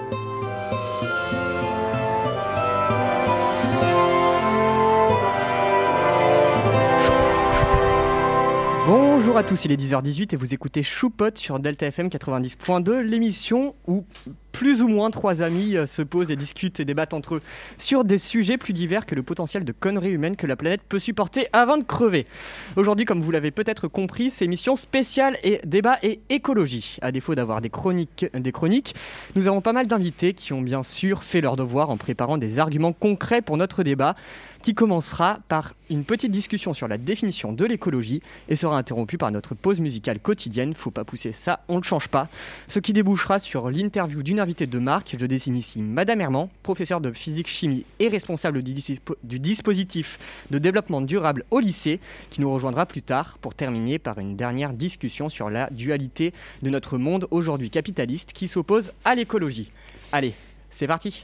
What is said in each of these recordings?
Bonjour à tous, il est 10h18 et vous écoutez Choupote sur Delta FM 90.2, l'émission où plus ou moins trois amis se posent et discutent et débattent entre eux sur des sujets plus divers que le potentiel de conneries humaines que la planète peut supporter avant de crever. Aujourd'hui, comme vous l'avez peut-être compris, c'est émission spéciale et débat et écologie. À défaut d'avoir des chroniques, nous avons pas mal d'invités qui ont bien sûr fait leur devoir en préparant des arguments concrets pour notre débat, qui commencera par une petite discussion sur la définition de l'écologie et sera interrompue par notre pause musicale quotidienne. Faut pas pousser ça, on ne change pas. Ce qui débouchera sur l'interview d'une invitée de marque. Je désigne ici Madame Herman, professeure de physique-chimie et responsable du dispositif de développement durable au lycée, qui nous rejoindra plus tard pour terminer par une dernière discussion sur la dualité de notre monde aujourd'hui capitaliste qui s'oppose à l'écologie. Allez, c'est parti.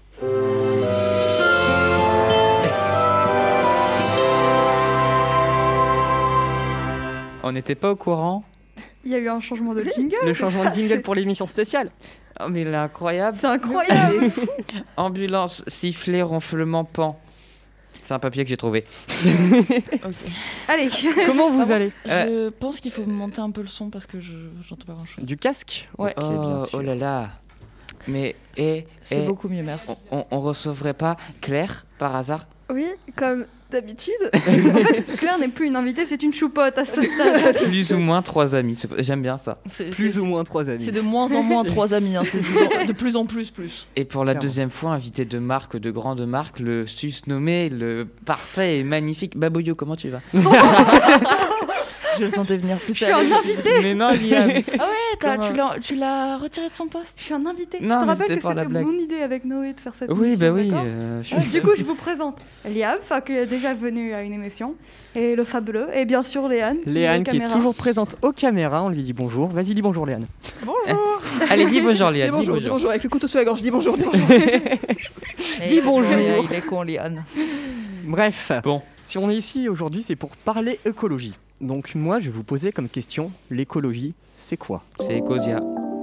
On n'était pas au courant. Il y a eu un changement de jingle. Le changement de jingle pour l'émission spéciale. Oh mais il est incroyable. C'est incroyable. Ambulance, sifflet, ronflement, pan. C'est un papier que j'ai trouvé. Okay. Allez. Comment vous allez Je pense qu'il faut monter un peu le son parce que j'entends pas grand-chose. Du casque? Ouais. Ok, bien sûr. Oh là là. Mais c'est beaucoup mieux, merci. On recevrait pas Claire par hasard? Oui, comme d'habitude. En fait, Claire n'est plus une invitée, c'est une choupote à ce stade. Plus ou moins trois amis. J'aime bien ça. Plus ou moins trois amis. C'est de moins en moins trois amis. Hein. C'est de plus en plus. Et pour la Clairement. deuxième fois, invité de marque, de grande marque, le susnommé, le parfait et magnifique Baboyo. Comment tu vas? Je le sentais venir plus. Je suis un invité. Mais non, Liam. Ah ouais, tu l'as retiré de son poste. Je suis un invité. Non, je te mais rappelle c'était que pour la c'était blague. mon idée avec Noé de faire cette Oui, émission, bah oui. d'accord Du coup, je vous présente Liam, qui est déjà venu à une émission, et le fabuleux, et bien sûr Léane. Léane qui est toujours présente aux caméras, on lui dit bonjour. Vas-y, dis bonjour Léane. Bonjour. Allez, dis bonjour, Liam. Dis bonjour, dis bonjour, avec le couteau sous la gorge, dis bonjour. Dis bonjour. Il est con, Liane. Bref, Bon. si on est ici aujourd'hui, c'est pour parler écologie. Donc moi, je vais vous poser comme question, l'écologie, c'est quoi? C'est Ecosia.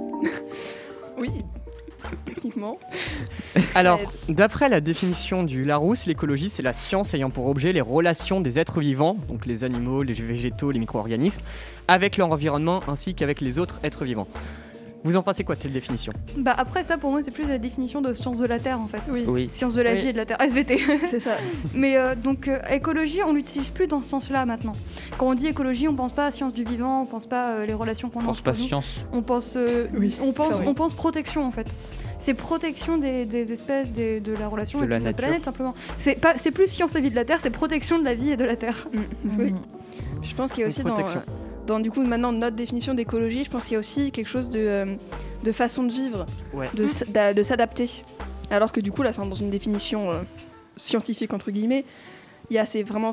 Oui, techniquement. Alors, d'après la définition du Larousse, l'écologie, c'est la science ayant pour objet les relations des êtres vivants, donc les animaux, les végétaux, les micro-organismes, avec leur environnement ainsi qu'avec les autres êtres vivants. Vous en pensez quoi de cette définition? Bah après ça, pour moi, c'est plus la définition de science de la Terre, en fait. Oui. Science de la vie et de la Terre, SVT. C'est ça. Mais donc écologie, on l'utilise plus dans ce sens-là maintenant. Quand on dit écologie, on pense pas à science du vivant, on pense pas les relations qu'on a Pense entre pas nous. science. On pense, on pense protection en fait. C'est protection des espèces, de la relation De et la de la nature. planète simplement. C'est plus science et vie de la Terre, c'est protection de la vie et de la Terre. Oui. Je pense qu'il y a aussi Protection. dans du coup maintenant notre définition d'écologie, je pense qu'il y a aussi quelque chose de façon de vivre, Ouais. de s'adapter. Alors que du coup, là, dans une définition scientifique entre guillemets, il y a c'est vraiment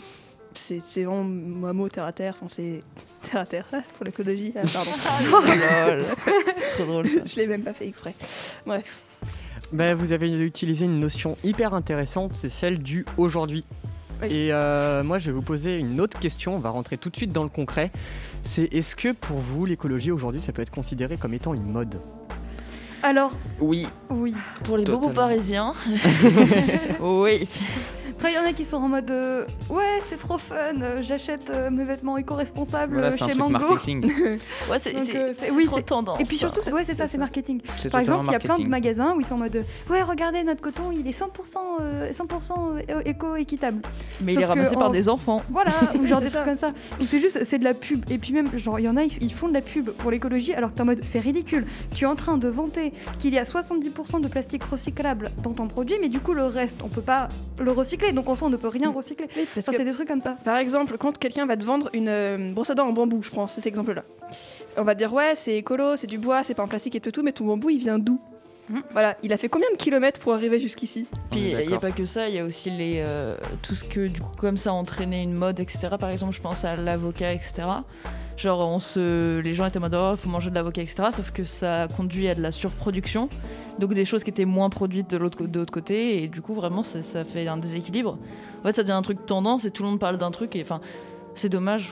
un mot terre à terre. Enfin, c'est terre à terre pour l'écologie. Ah, pardon. Lol. Trop drôle ça. Je l'ai même pas fait exprès. Bref. Ben, vous avez utilisé une notion hyper intéressante, c'est celle du aujourd'hui. Oui. Et moi, je vais vous poser une autre question, on va rentrer tout de suite dans le concret. C'est est-ce que pour vous, l'écologie aujourd'hui, ça peut être considéré comme étant une mode? Alors, Oui. oui. Pour les Totalement. bobos parisiens. Oui. Après, il y en a qui sont en mode ouais, c'est trop fun, j'achète mes vêtements éco-responsables Voilà, c'est un chez truc Mango. marketing. Ouais, c'est Donc, oui, trop tendance. Et puis surtout, ouais, c'est ça, c'est marketing. C'est Par totalement exemple, il y a plein de marketing. magasins où ils sont en mode ouais, regardez, notre coton, il est 100% éco-équitable. Mais il sauf est ramassé que par en- des enfants. Voilà, ou genre des C'est trucs comme ça. Ou c'est juste, c'est de la pub. Et puis même, genre, il y en a, ils font de la pub pour l'écologie alors que t'es en mode, c'est ridicule. Tu es en train de vanter qu'il y a 70% de plastique recyclable dans ton produit, mais du coup, le reste, on peut pas le recycler. Donc en soi, on ne peut rien recycler. Oui, parce Enfin, que c'est des trucs comme ça. par exemple, quand quelqu'un va te vendre une brosse à dents en bambou, je prends cet exemple-là. On va te dire ouais, c'est écolo, c'est du bois, c'est pas en plastique et tout, mais ton bambou il vient d'où? Voilà, il a fait combien de kilomètres pour arriver jusqu'ici? On est Puis il n'y a d'accord. pas que ça, il y a aussi tout ce que, du coup, comme ça a entraîné une mode, etc. Par exemple, je pense à l'avocat, etc. Genre, les gens étaient en mode, oh, faut manger de l'avocat, etc. Sauf que ça conduit à de la surproduction. Donc, des choses qui étaient moins produites de l'autre côté. Et du coup, vraiment, ça fait un déséquilibre. En fait, ça devient un truc tendance et tout le monde parle d'un truc. Et enfin, c'est dommage, quoi.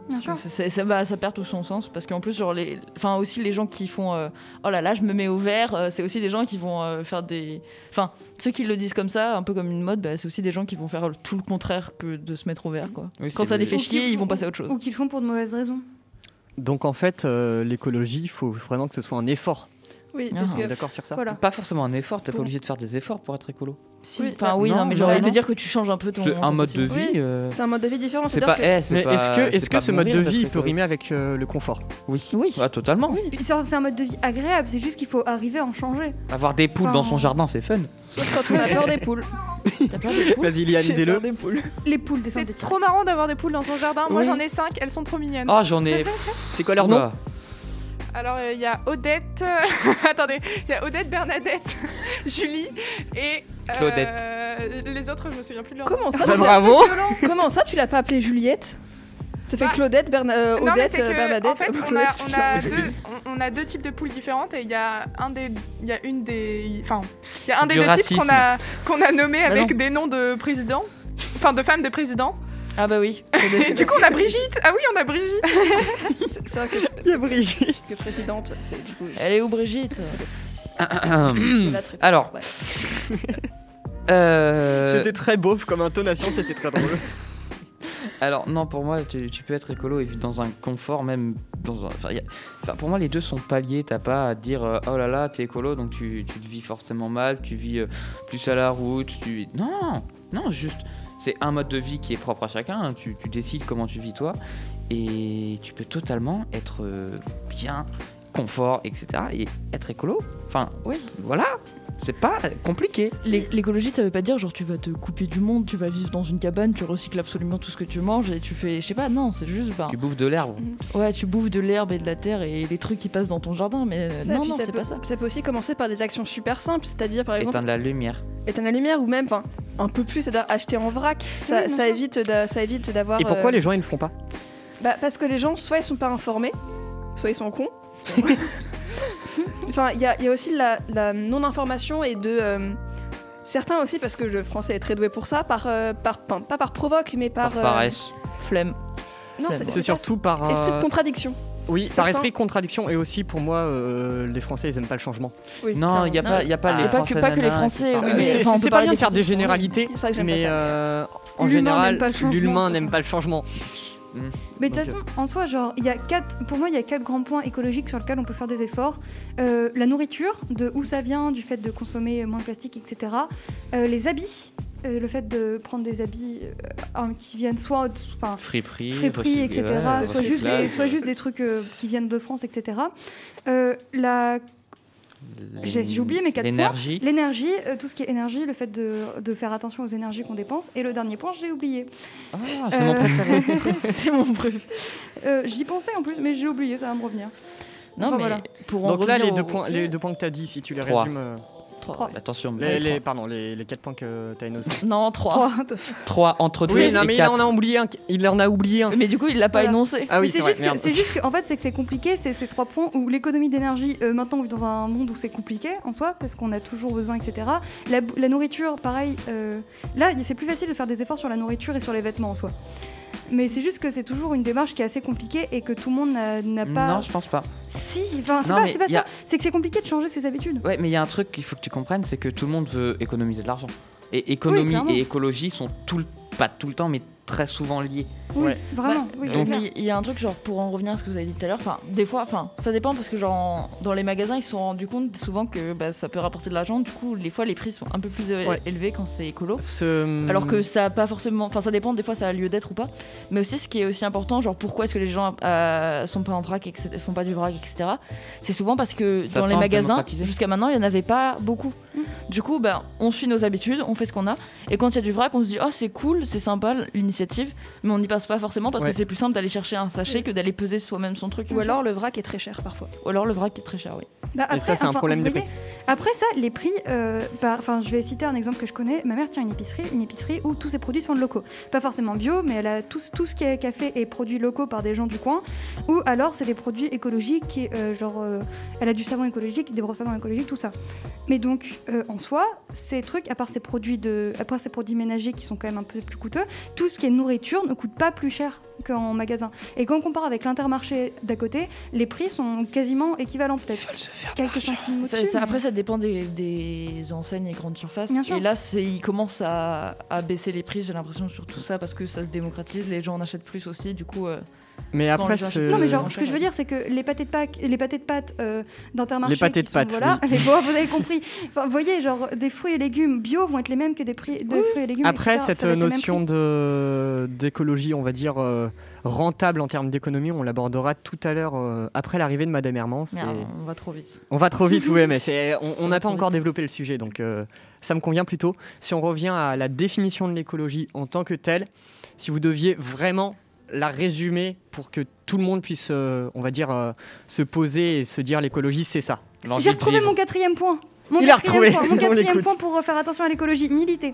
Bien sûr. Ça perd tout son sens parce qu'en plus genre aussi les gens qui font oh là là je me mets au vert, c'est aussi des gens qui vont faire des, enfin ceux qui le disent comme ça un peu comme une mode, c'est aussi des gens qui vont faire tout le contraire que de se mettre au vert quoi. Oui, Quand ça les fait Ou chier, qu'ils ils vont font- passer à autre chose. Ou qu'ils le font pour de mauvaises raisons. Donc en fait, l'écologie, il faut vraiment que ce soit un effort. Oui, Ah. parce On est que d'accord sur ça. Voilà. Pas forcément un effort, t'es pas Pour- obligé de faire des efforts pour être écolo. Si. Oui. Enfin oui, Non, non, mais non, genre, il veut non. dire que tu changes un peu ton. C'est un mode de quotidien. vie. c'est un mode de vie différent. C'est C'est-à-dire pas. que- C'est Mais pas- est-ce c'est que pas ce mode de mourir vie d'être peut écolo. rimer avec le confort? Oui. Oui. Ah, totalement. Puis c'est un mode de vie agréable, c'est juste qu'il faut arriver à en changer. Avoir des poules dans son jardin, c'est fun. Sauf quand on a peur des poules. T'as peur des poules? Vas-y, Liane, J'ai dis-le. peur des poules. Les poules descendent des C'est trop marrant d'avoir des poules dans son jardin. Moi, Oui. j'en ai 5, elles sont trop mignonnes. Oh, j'en ai. C'est quoi leur nom? Oula. Alors, il y a Odette. Attendez, il y a Odette, Bernadette, Julie et. Les autres, je me souviens plus de leur nom. Comment ça Bah, tu bravo. l'as- Comment ça, tu l'as pas appelée Juliette? Ça fait Bah, Claudette, Non, mais Odette, c'est que, Bernadette. en fait, Claudette, on a deux types de poules différentes et il y a un des deux du types qu'on a nommé avec des noms de présidents, enfin de femmes de présidents. Ah bah oui. Et du coup, on a Brigitte. Ah oui, on a Brigitte. C'est vrai Il y a Brigitte. que présidente, c'est du coup. Elle est où Brigitte? la très- Alors. Ouais. Euh, C'était très beauf comme intonation, c'était très drôle. Alors non, pour moi, tu peux être écolo et vivre dans un confort, même dans un... pour moi, les deux sont paliers. T'as pas à te dire oh là là, t'es écolo, donc tu te vis forcément mal, tu vis plus à la route. Non, juste c'est un mode de vie qui est propre à chacun. Hein. Tu décides comment tu vis toi, et tu peux totalement être bien, confort, etc. et être écolo. Enfin, Oui. voilà. C'est pas compliqué. L'écologie, ça veut pas dire genre tu vas te couper du monde, tu vas vivre dans une cabane, tu recycles absolument tout ce que tu manges et tu fais, je sais pas, non, c'est juste, Tu bouffes de l'herbe. ouais, tu bouffes de l'herbe et de la terre et les trucs qui passent dans ton jardin, mais Ça, non, puis non, ça c'est peut- pas ça. Ça peut aussi commencer par des actions super simples, c'est-à-dire par exemple Éteindre la lumière. éteindre la lumière ou même un peu plus, c'est-à-dire acheter en vrac. Ça, Oui, bien ça sûr. évite d'avoir. Et pourquoi les gens ils le font pas? Parce que les gens, soit ils sont pas informés, soit ils sont cons. Enfin, il y a aussi la non-information et de. Certains aussi, parce que le français est très doué pour ça, pas par provoque, mais Par par. paresse. Flemme. Non, C'est surtout par. Esprit de contradiction. Oui, par Certains- esprit de contradiction, et aussi pour moi, les Français ils aiment pas le changement. Oui, Non, il y a Non, pas, y a pas ah, les pas Français que les nanas, Français, etc. oui, mais c'est enfin, on peut c'est pas parler bien de des faire des Français, généralités, C'est ça que j'aime mais pas ça. en L'humain général, n'aime pas le changement, l'humain de toute n'aime façon. pas le changement. Mais de toute Donc, façon, en soi, genre, pour moi, il y a 4 grands points écologiques sur lesquels on peut faire des efforts. La nourriture, de où ça vient, du fait de consommer moins de plastique, etc. Les habits, le fait de prendre des habits qui viennent soit Friperie, friperie, etc. ouais, soit juste des trucs qui viennent de France, etc. J'ai oublié mes 4 points. L'énergie. L'énergie, tout ce qui est énergie, le fait de faire attention aux énergies qu'on dépense. Et le dernier point, j'ai oublié. Ah, c'est mon préféré. C'est mon préféré. J'y pensais en plus, mais j'ai oublié, ça va me revenir. Non, Enfin, mais voilà. pour en Donc là, revenir les deux points que tu as dit, si tu les 3. résumes. Attention. Les 4 points que tu as énoncés. Non, 3. 3 entre Oui, et non, mais 4. il en a oublié un. Mais du coup, il l'a pas Voilà. énoncé. Ah oui, Mais c'est vrai, merde. c'est juste que, en fait, c'est que c'est compliqué, c'est ces 3 points où l'économie d'énergie, maintenant on vit dans un monde où c'est compliqué en soi, parce qu'on a toujours besoin, etc. La nourriture, pareil, là c'est plus facile de faire des efforts sur la nourriture et sur les vêtements en soi. Mais c'est juste que c'est toujours une démarche qui est assez compliquée et que tout le monde n'a pas... Non, je pense pas. Si, enfin, Non, mais c'est pas y a- ça, c'est que c'est compliqué de changer ses habitudes. Ouais, mais il y a un truc qu'il faut que tu comprennes, c'est que tout le monde veut économiser de l'argent. Et économie clairement. et écologie sont pas tout le temps, mais très souvent liés. Oui, Ouais. vraiment. Bah, oui, donc- c'est clair. Mais il y a un truc, genre, pour en revenir à ce que vous avez dit tout à l'heure, enfin, des fois, enfin, ça dépend parce que, genre, dans les magasins, ils se sont rendus compte souvent que ça peut rapporter de l'argent. Du coup, des fois, les prix sont un peu plus Ouais. élevés quand c'est écolo. Hmm. Alors que ça a pas forcément, enfin ça dépend, des fois ça a lieu d'être ou pas. Mais aussi ce qui est aussi important, genre pourquoi est-ce que les gens sont pas en vrac, font pas du vrac, etc. C'est souvent parce que Ça dans les tend à se magasins, démocratiser. jusqu'à maintenant, il y en avait pas beaucoup. Du coup, on suit nos habitudes, on fait ce qu'on a. Et quand il y a du vrac, on se dit oh c'est cool, c'est sympa l'initiative, mais on n'y passe pas forcément parce Ouais. que c'est plus simple d'aller chercher un sachet que d'aller peser soi-même son truc. Ou alors le vrac est très cher parfois. Ou alors le vrac est très cher, oui. Bah, Et ça, c'est un problème de vous voyez, Après ça, les prix, je vais citer un exemple que je connais. Ma mère tient une épicerie où tous ses produits sont locaux. Pas forcément bio, mais elle a tout ce qui est café et produits locaux par des gens du coin. Ou alors c'est des produits écologiques, elle a du savon écologique, des brosses à dents écologiques, tout ça. Mais donc, en soi, ces trucs, à part ces produits ménagers qui sont quand même un peu plus coûteux, tout ce qui est nourriture ne coûte pas plus cher qu'en magasin. Et quand on compare avec l'Intermarché d'à côté, les prix sont quasiment équivalents, peut-être quelques centimes au-dessus. Après, ça dépend des enseignes et grandes surfaces. Et là, ils commencent à baisser les prix, j'ai l'impression, sur tout ça, parce que ça se démocratise, les gens en achètent plus aussi, du coup... Mais après, non, mais ce que je veux dire, c'est que les pâtés de pâtes d'Intermarché, les pâtés de pâtes, voilà, oui. Vous avez compris. Enfin, vous voyez, genre des fruits et légumes bio vont être les mêmes que des prix de fruits et légumes. Après, etc. cette notion d'écologie, on va dire rentable en termes d'économie, on l'abordera tout à l'heure après l'arrivée de Madame Hermans. On va trop vite. On va trop vite, oui, mais on n'a pas encore développé le sujet, donc ça me convient plutôt. Si on revient à la définition de l'écologie en tant que telle, si vous deviez vraiment la résumer pour que tout le monde puisse, on va dire, se poser et se dire l'écologie, c'est ça. J'ai retrouvé mon quatrième point. Mon quatrième point pour faire attention à l'écologie, militer.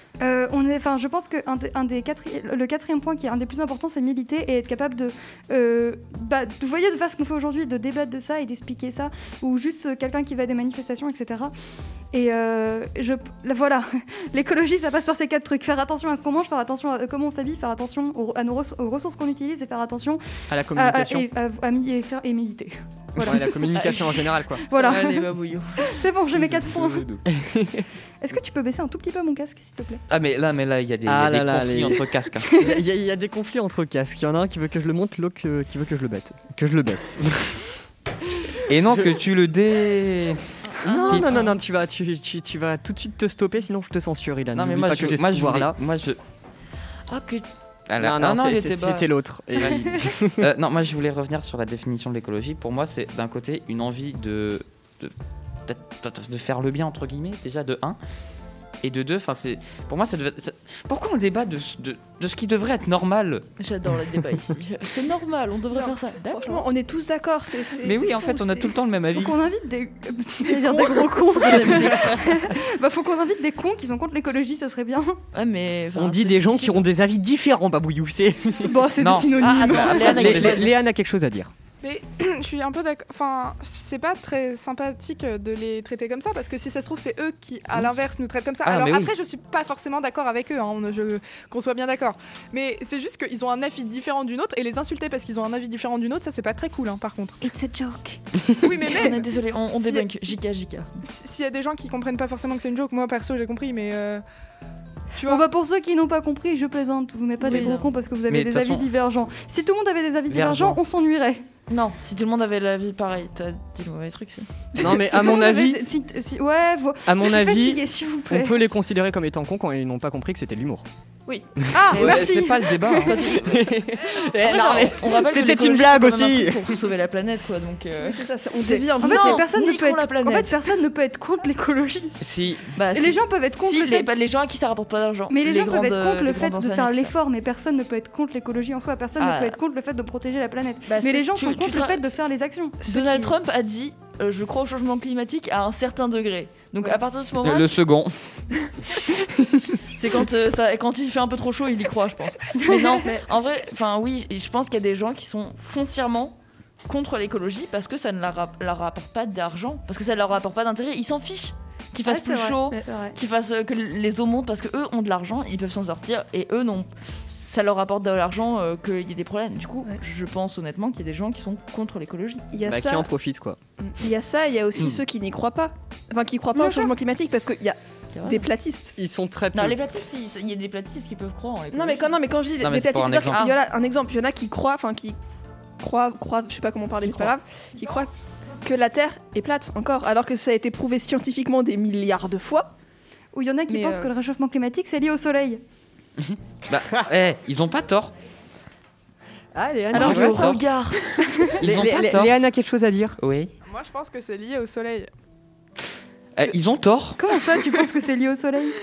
Je pense que le quatrième point qui est un des plus importants, c'est militer et être capable de vous voyez, de faire ce qu'on fait aujourd'hui, de débattre de ça et d'expliquer ça, ou juste quelqu'un qui va à des manifestations, etc. Et voilà, l'écologie, ça passe par ces 4 trucs: faire attention à ce qu'on mange, faire attention à comment on s'habille, faire attention à nos ressources qu'on utilise, et faire attention à la communication et militer. Voilà. Ouais, la communication en général, quoi. Voilà. C'est bon, j'ai mes 4 points. Est-ce que tu peux baisser un tout petit peu mon casque, s'il te plaît? Ah, mais là, il y a des conflits entre casques. Il y a des conflits entre casques. Il y en a un qui veut que je le monte, l'autre qui veut que je le baisse. Et non, que tu le dé... Non, tu vas tout de suite te stopper, sinon je te censure, Ilan. Non, mais moi, je c'était l'autre. Non, moi je voulais revenir sur la définition de l'écologie. Pour moi, c'est d'un côté une envie de faire le bien, entre guillemets, déjà de 1. Et de 2, pour moi, pourquoi on débat de ce qui devrait être normal? J'adore le débat ici. C'est normal, on devrait faire ça. Franchement, on est tous d'accord. Mais oui, en fait, on a tout le temps le même avis. Faut qu'on invite des gros cons. Faut qu'on invite des cons qui sont contre l'écologie, ça serait bien. Ouais, mais on dit des gens qui ont des avis différents, Babouillou. C'est des synonymes. Léane a quelque chose à dire. Mais je suis un peu d'accord. Enfin, c'est pas très sympathique de les traiter comme ça, parce que si ça se trouve, c'est eux qui, à l'inverse, nous traitent comme ça. Alors après, je suis pas forcément d'accord avec eux, qu'on soit bien d'accord. Mais c'est juste qu'ils ont un avis différent d'une autre, et les insulter parce qu'ils ont un avis différent d'une autre, ça c'est pas très cool, par contre. It's a joke. Oui, mais on est désolé, on débunk. JK. S'il y a des gens qui comprennent pas forcément que c'est une joke, moi perso j'ai compris, mais. Tu vois. Pour ceux qui n'ont pas compris, je plaisante. Vous n'êtes pas des gros cons parce que vous avez des avis divergents. Si tout le monde avait des avis divergents, on s'ennuierait. Non, si tout le monde avait l'avis pareil, t'as dit le mauvais truc, c'est. Non, mais à mon avis, à mon avis, fatigué, s'il vous plaît. On peut les considérer comme étant cons quand ils n'ont pas compris que c'était de l'humour. Oui. Ah, merci. C'est pas le débat. On rappelle que c'était une blague aussi. Pour sauver la planète, quoi. Donc. On dévie. En fait, personne ne peut être contre l'écologie. Si. Et les gens peuvent être contre le fait. Les gens à qui ça rapporte pas d'argent. Mais les gens peuvent être contre le fait de faire l'effort, mais personne ne peut être contre l'écologie en soi. Personne ne peut être contre le fait de protéger la planète. Mais les gens sont contre le fait de faire les actions. Donald Trump a dit je crois au changement climatique à un certain degré. Donc à partir de ce moment. Le second. C'est quand il fait un peu trop chaud, il y croit, je pense. Mais non, en vrai, oui, je pense qu'il y a des gens qui sont foncièrement contre l'écologie parce que ça ne leur rapporte pas d'argent, parce que ça ne leur rapporte pas d'intérêt. Ils s'en fichent. Qu'il fasse plus chaud, qu'il fasse que les eaux montent parce que eux ont de l'argent, ils peuvent s'en sortir, et eux non. Ça leur rapporte de l'argent qu'il y ait des problèmes. Du coup, je pense honnêtement qu'il y a des gens qui sont contre l'écologie. Qui en profitent, quoi. Il y a ça, il y a aussi ceux qui n'y croient pas. Enfin, qui croient pas au changement climatique, parce qu'il y a des platistes. Ils sont très peu. Non, les platistes, il y a des platistes qui peuvent croire en l'écologie. Non, mais quand je dis des platistes, il y a un exemple. Il y en a qui croient, je sais pas comment parler, c'est pas grave, qui croient que la Terre est plate encore, alors que ça a été prouvé scientifiquement des milliards de fois. Ou il y en a qui pensent que le réchauffement climatique c'est lié au soleil. Ils ont pas tort. Ah, Léane, alors je regarde. Léane a quelque chose à dire. Oui. Moi je pense que c'est lié au soleil. Ils ont tort. Comment ça, tu penses que c'est lié au soleil?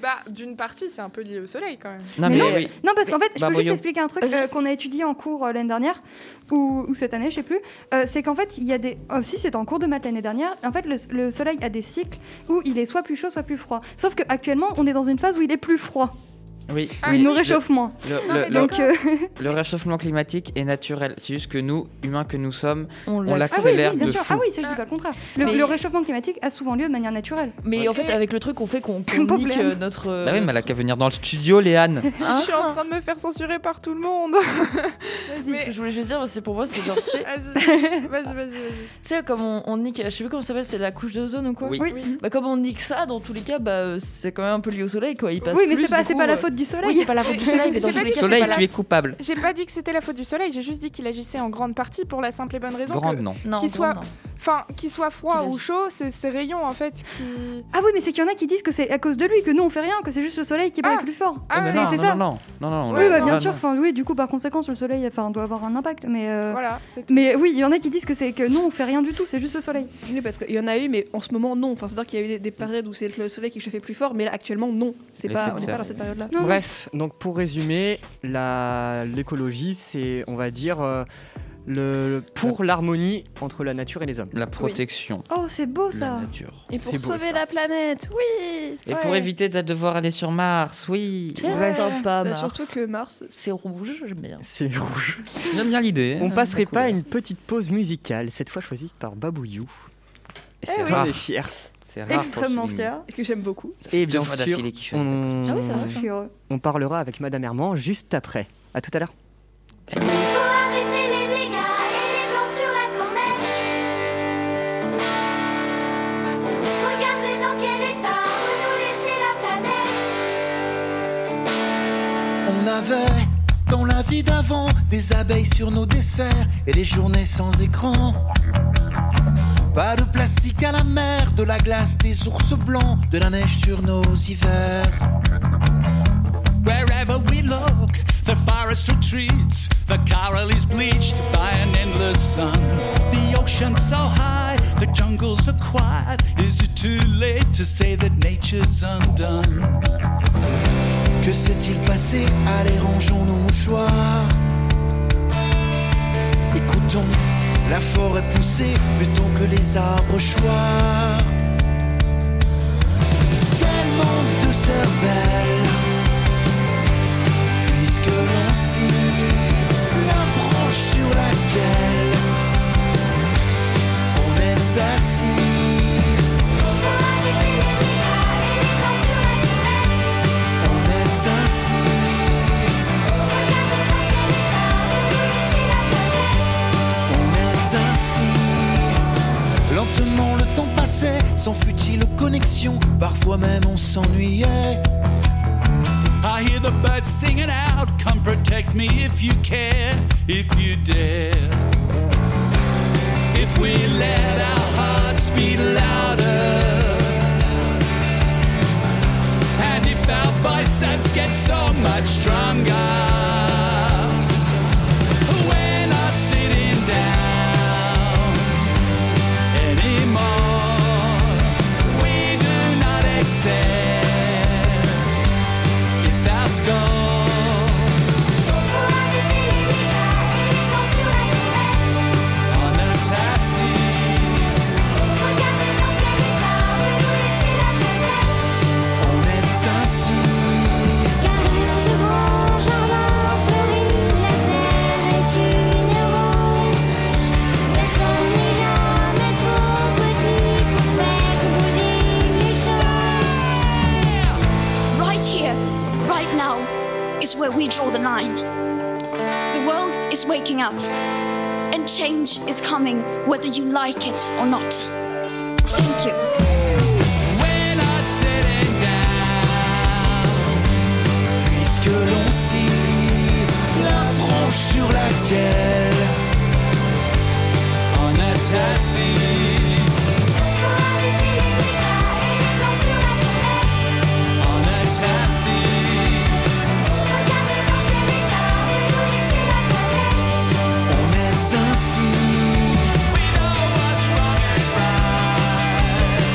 D'une partie, c'est un peu lié au soleil quand même. Non, parce qu'en fait, je peux juste expliquer un truc qu'on a étudié en cours l'année dernière, ou cette année, je sais plus. C'est qu'en fait, il y a des. Si c'était en cours de maths l'année dernière, en fait, le soleil a des cycles où il est soit plus chaud, soit plus froid. Sauf qu'actuellement, on est dans une phase où il est plus froid. Oui. Où il nous réchauffe moins. Le réchauffement climatique est naturel. C'est juste que nous, humains que nous sommes, on l'accélère de fou. Ah oui, ça je dis pas le contraire. Le réchauffement climatique a souvent lieu de manière naturelle. Mais en fait, avec le truc, on fait qu'on nique notre... Bah oui, mais elle a qu'à venir dans le studio, Léane. Je suis en train de me faire censurer par tout le monde. Vas-y, ce que je voulais juste dire, c'est pour moi, c'est genre... Vas-y. Tu sais, comme on nique, je sais plus comment ça s'appelle, c'est la couche d'ozone ou quoi? Oui. Bah comme on nique ça, dans tous les cas, c'est quand même un peu lié au soleil, quoi. Il passe oui, mais c'est pas la faute du soleil. Oui, c'est pas la faute du soleil, mais dans tous les cas, soleil, tu es coupable. J'ai pas dit que c'était la faute du soleil, j'ai juste dit qu'il agissait en grande partie pour la simple et bonne raison qu'il soit froid ou chaud, c'est ces rayons en fait qui... Ah oui, mais c'est qu'il y en a qui disent que c'est à cause de lui, que nous on fait rien, que c'est juste le soleil qui est plus fort. C'est ça. Non. Oui, bien sûr. Enfin, oui, du coup, par conséquent, le soleil, doit avoir un impact. Mais voilà. Mais oui, il y en a qui disent que nous on fait rien du tout, c'est juste le soleil. Oui, parce qu'il y en a eu, mais en ce moment non. Enfin, c'est-à-dire qu'il y a eu des périodes où c'est le soleil qui chauffait plus fort, mais là, actuellement non. On n'est pas dans cette période-là. Bref, donc pour résumer, l'écologie, c'est, on va dire, pour l'harmonie entre la nature et les hommes. La protection. Oh, c'est beau ça. La nature. Et pour sauver la planète, oui. Et pour éviter de devoir aller sur Mars, oui. Sympa, Mars. Surtout que Mars, c'est rouge, j'aime bien. C'est rouge. J'aime bien l'idée. On passerait pas à une petite pause musicale, cette fois choisie par Babouyou. Et c'est rare. On est fiers. C'est rare. Extrêmement fiers. Et que j'aime beaucoup. Et bien sûr, on parlera avec Madame Herman juste après. À tout à l'heure. Faut arrêter les dégâts et les plans sur la comète. Regardez dans quel état vous nous laissez la planète. On avait, dans la vie d'avant, des abeilles sur nos desserts et des journées sans écran. Pas de plastique à la mer, de la glace, des ours blancs, de la neige sur nos hivers. Wherever we look, the forest retreats, the coral is bleached by an endless sun. The ocean's so high, the jungles are quiet. Is it too late to say that nature's undone? Que s'est-il passé? Allez, rangeons nos mouchoirs. Écoutons la forêt pousser plutôt que les arbres choir. Quel manque de cervelle, puisque l'on scie la branche sur laquelle on est assis. On est ainsi. Lentement le temps passait, sans futile connexion, parfois même on s'ennuyait. I hear the birds singing out, come protect me if you care, if you dare. If we let our hearts beat louder, and if our voices get so much stronger, we're not sitting down anymore. We do not accept, it's our score. On est assis, on est ainsi. Gardez dans ce grand jardin fleuri, la terre est une rose. Personne n'est jamais trop petit pour faire bouger les choses. Right here, right now, is where we draw the line. The world is waking up, and change is coming whether you like it or not. Thank you. We're not sitting down, Puisque l'on scie la branche sur laquelle on est assis, on est assis. on est ainsi. We know what's wrong and right.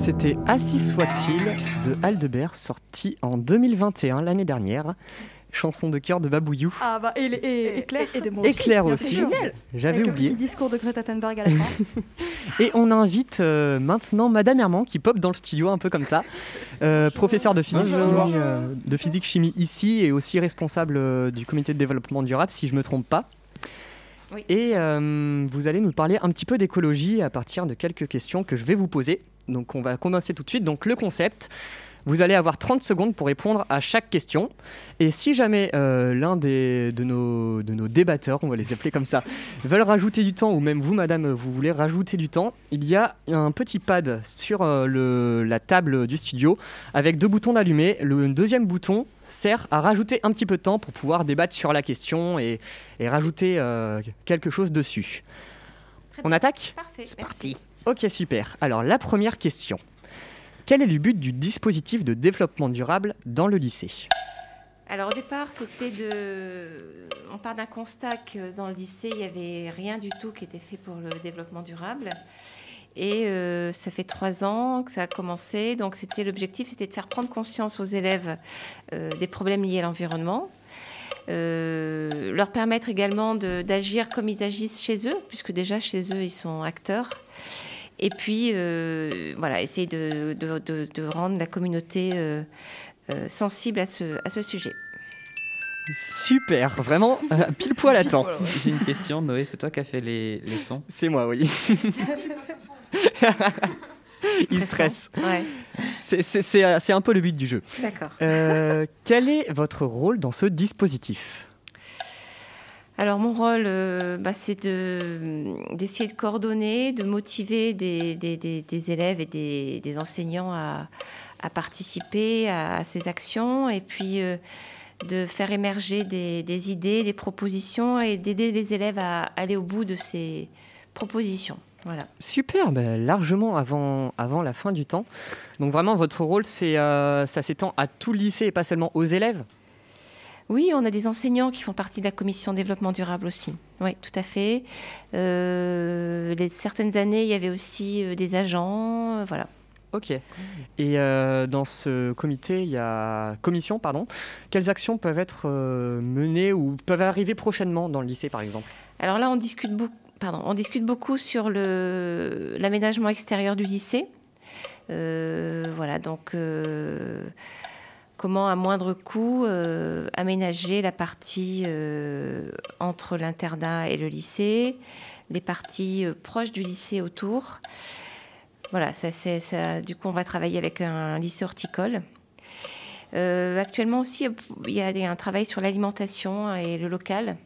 C'était Assis soit-il de Aldebert, sorti en 2021, l'année dernière. Chanson de cœur de Babouillou. Ah bah et Claire. Et de moi Et aussi. Claire Bien aussi, sûr. j'avais Avec oublié. le petit discours de Greta Thunberg à la fin. Et on invite maintenant Madame Herman qui pop dans le studio un peu comme ça. Professeure de physique chimie ici et aussi responsable du comité de développement durable si je ne me trompe pas. Oui. Et vous allez nous parler un petit peu d'écologie à partir de quelques questions que je vais vous poser. Donc on va commencer tout de suite. Donc le concept, vous allez avoir 30 secondes pour répondre à chaque question. Et si jamais l'un de nos débatteurs, on va les appeler comme ça, veulent rajouter du temps, ou même vous madame, vous voulez rajouter du temps, il y a un petit pad sur la table du studio avec 2 boutons d'allumer. Le deuxième bouton sert à rajouter un petit peu de temps pour pouvoir débattre sur la question et rajouter quelque chose dessus. On attaque ? Parfait. C'est parti. Ok, super. Alors, la première question. Quel est le but du dispositif de développement durable dans le lycée ? Alors au départ, on part d'un constat que dans le lycée, il n'y avait rien du tout qui était fait pour le développement durable. Et ça fait 3 ans que ça a commencé. Donc l'objectif, c'était de faire prendre conscience aux élèves des problèmes liés à l'environnement. Leur permettre également d'agir comme ils agissent chez eux, puisque déjà chez eux, ils sont acteurs. Et puis, essayer de rendre la communauté sensible à ce sujet. Super, vraiment pile poil à temps. J'ai une question, Noé, c'est toi qui as fait les sons ? C'est moi, oui. Il stresse. Ouais. C'est un peu le but du jeu. D'accord. Quel est votre rôle dans ce dispositif ? Alors mon rôle, c'est d'essayer de coordonner, de motiver des élèves et des enseignants à participer à ces actions et puis de faire émerger des idées, des propositions et d'aider les élèves à aller au bout de ces propositions. Voilà. Super, largement avant la fin du temps. Donc vraiment votre rôle, ça s'étend à tout le lycée et pas seulement aux élèves ? Oui, on a des enseignants qui font partie de la commission développement durable aussi. Oui, tout à fait. Certaines années, il y avait aussi des agents, voilà. Ok. Et dans ce commission, quelles actions peuvent être menées ou peuvent arriver prochainement dans le lycée, par exemple ? Alors là, on discute beaucoup sur l'aménagement extérieur du lycée. Comment à moindre coût aménager la partie entre l'internat et le lycée, les parties proches du lycée autour. Voilà, ça, du coup, on va travailler avec un lycée horticole. Actuellement aussi, il y a un travail sur l'alimentation et le local.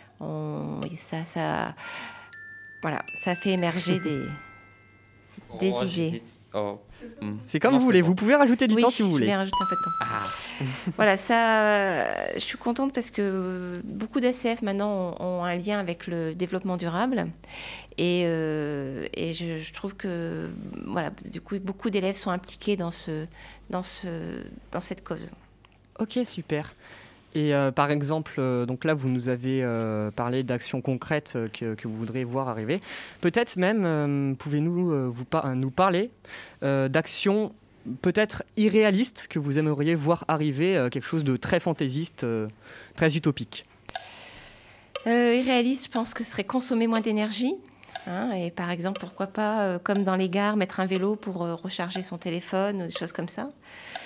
Ça fait émerger des idées. C'est comme vous voulez, vous pouvez rajouter du temps si vous voulez. Oui, je vais rajouter un peu de temps. Voilà, je suis contente parce que beaucoup d'ACF maintenant ont un lien avec le développement durable et je trouve que du coup beaucoup d'élèves sont impliqués dans cette cause. Ok, super. Et par exemple, donc là, vous nous avez parlé d'actions concrètes que vous voudriez voir arriver. Peut-être même, pouvez-nous nous parler d'actions peut-être irréalistes que vous aimeriez voir arriver, quelque chose de très fantaisiste, très utopique. Irréaliste, je pense que ce serait consommer moins d'énergie. Et par exemple, pourquoi pas, comme dans les gares, mettre un vélo pour recharger son téléphone ou des choses comme ça.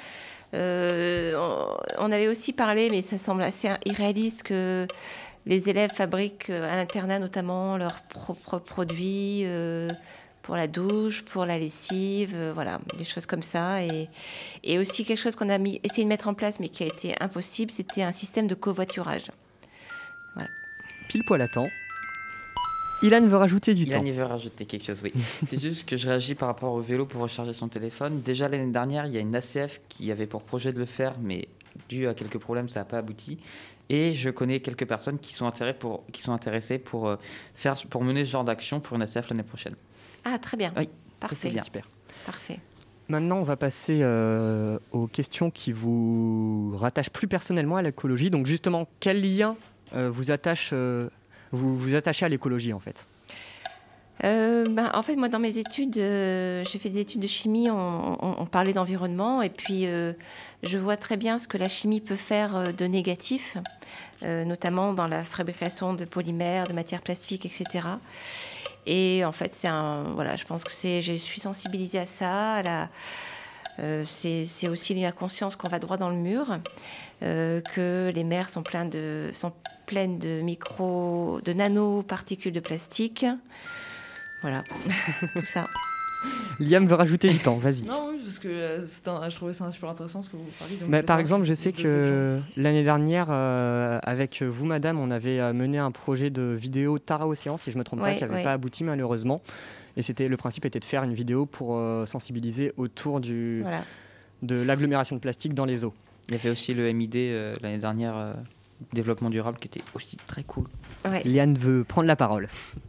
On avait aussi parlé, mais ça semble assez irréaliste, que les élèves fabriquent à l'internat notamment leurs propres produits pour la douche, pour la lessive, des choses comme ça. Et aussi quelque chose qu'on a essayé de mettre en place, mais qui a été impossible, c'était un système de covoiturage. Voilà. Pile poil à temps. Ilan veut rajouter du temps. Ilan veut rajouter quelque chose, oui. C'est juste que je réagis par rapport au vélo pour recharger son téléphone. Déjà l'année dernière, il y a une ACF qui avait pour projet de le faire, mais dû à quelques problèmes, ça n'a pas abouti. Et je connais quelques personnes qui sont intéressées pour mener ce genre d'action pour une ACF l'année prochaine. Ah, très bien. Oui, parfait. C'est bien. Super. Parfait. Maintenant, on va passer aux questions qui vous rattachent plus personnellement à l'écologie. Donc justement, quel lien vous attachez à l'écologie en fait ? En fait, moi, dans mes études, j'ai fait des études de chimie, on parlait d'environnement, et puis je vois très bien ce que la chimie peut faire de négatif, notamment dans la fabrication de polymères, de matières plastiques, etc. Et en fait, je pense que je suis sensibilisée à ça, c'est aussi la conscience qu'on va droit dans le mur, que les mers sont pleines de nanoparticules de plastique. Voilà, tout ça. Liam veut rajouter du temps, vas-y. Non, oui, parce que je trouvais ça super intéressant ce que vous parliez. Donc par exemple, je sais que l'année dernière, avec vous, madame, on avait mené un projet de vidéo Tara Océan, si je ne me trompe pas, qui n'avait pas abouti malheureusement. Et le principe était de faire une vidéo pour sensibiliser autour de l'agglomération de plastique dans les eaux. Il y avait aussi le MID l'année dernière, développement durable, qui était aussi très cool. Ouais. Liane veut prendre la parole.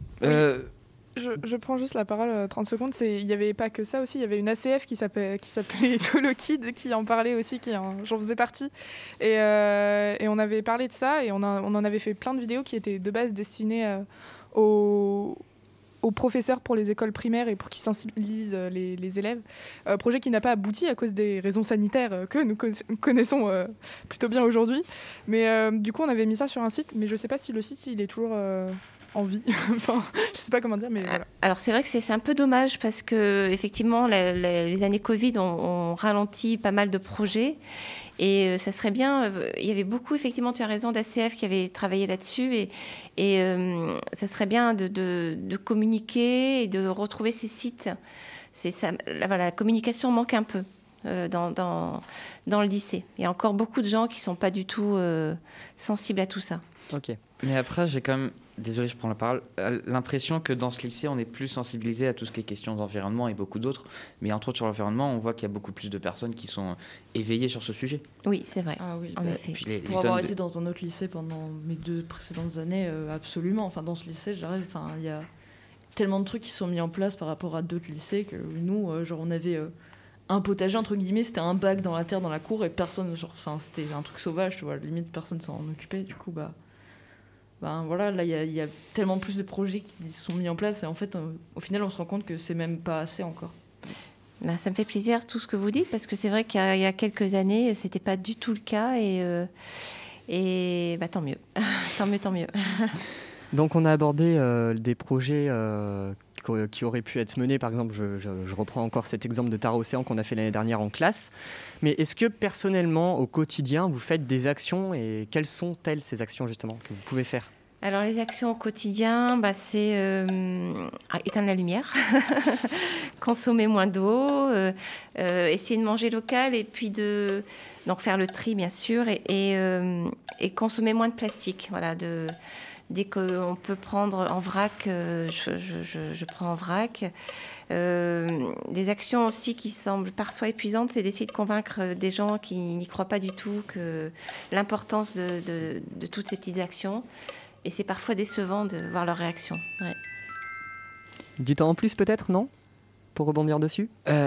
Je prends juste la parole 30 secondes. Il n'y avait pas que ça aussi. Il y avait une ACF qui s'appelait Ecolokid qui en parlait aussi, j'en faisais partie. Et on avait parlé de ça et on en avait fait plein de vidéos qui étaient de base destinées aux professeurs pour les écoles primaires et pour qu'ils sensibilisent les élèves. Projet qui n'a pas abouti à cause des raisons sanitaires que nous connaissons plutôt bien aujourd'hui. Mais du coup, on avait mis ça sur un site. Mais je ne sais pas si le site il est toujours... en vie. Enfin, je sais pas comment dire, mais voilà. Alors c'est vrai que c'est un peu dommage parce que effectivement les années Covid ont ralenti pas mal de projets et ça serait bien. Il y avait beaucoup, effectivement, tu as raison, d'ACF qui avait travaillé là-dessus et ça serait bien de communiquer et de retrouver ces sites. La communication manque un peu. Dans le lycée. Il y a encore beaucoup de gens qui ne sont pas du tout sensibles à tout ça. Ok. Mais après, j'ai quand même, désolé, je prends la parole, l'impression que dans ce lycée, on est plus sensibilisé à tout ce qui est question d'environnement et beaucoup d'autres. Mais entre autres sur l'environnement, on voit qu'il y a beaucoup plus de personnes qui sont éveillées sur ce sujet. Oui, c'est vrai. Ah oui, en effet. Pour avoir été dans un autre lycée pendant mes 2 précédentes années, absolument. Enfin, dans ce lycée, il y a tellement de trucs qui sont mis en place par rapport à d'autres lycées que nous, on avait... un potager, entre guillemets, c'était un bac dans la terre, dans la cour, et personne, c'était un truc sauvage, tu vois, limite personne s'en occupait, du coup, voilà, là, il y a tellement plus de projets qui sont mis en place, et en fait, au final, on se rend compte que c'est même pas assez encore. Ça me fait plaisir tout ce que vous dites, parce que c'est vrai qu'il y a quelques années, c'était pas du tout le cas, et tant mieux. tant mieux. Donc on a abordé des projets qui auraient pu être menés. Par exemple, je reprends encore cet exemple de Tara Océan qu'on a fait l'année dernière en classe. Mais est-ce que personnellement, au quotidien, vous faites des actions et quelles sont-elles ces actions justement que vous pouvez faire ? Alors les actions au quotidien, c'est éteindre la lumière, consommer moins d'eau, essayer de manger local et puis donc faire le tri bien sûr et consommer moins de plastique. Voilà, dès qu'on peut prendre en vrac, je prends en vrac. Des actions aussi qui semblent parfois épuisantes, c'est d'essayer de convaincre des gens qui n'y croient pas du tout que l'importance de toutes ces petites actions. Et c'est parfois décevant de voir leur réaction. Ouais. Du temps en plus peut-être, non ? Pour rebondir dessus ?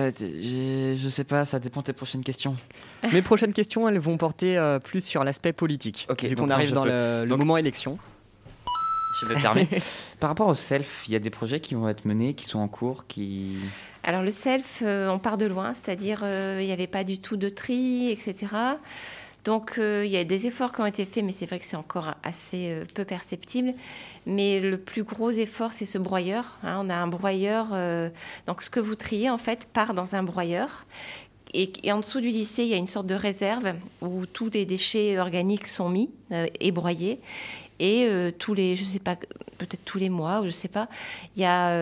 Je sais pas, ça dépend de tes prochaines questions. Mes prochaines questions, elles vont porter plus sur l'aspect politique, vu qu'on arrive dans le moment élection. Je me permets. Par rapport au self, il y a des projets qui vont être menés, qui sont en cours, qui... Alors le self, on part de loin, c'est-à-dire il n'y avait pas du tout de tri, etc. Donc il y a des efforts qui ont été faits, mais c'est vrai que c'est encore assez peu perceptible. Mais le plus gros effort, c'est ce broyeur. On a un broyeur, donc ce que vous triez en fait part dans un broyeur. Et en dessous du lycée, il y a une sorte de réserve où tous les déchets organiques sont mis et broyés. Et peut-être tous les mois, ou je sais pas, il y a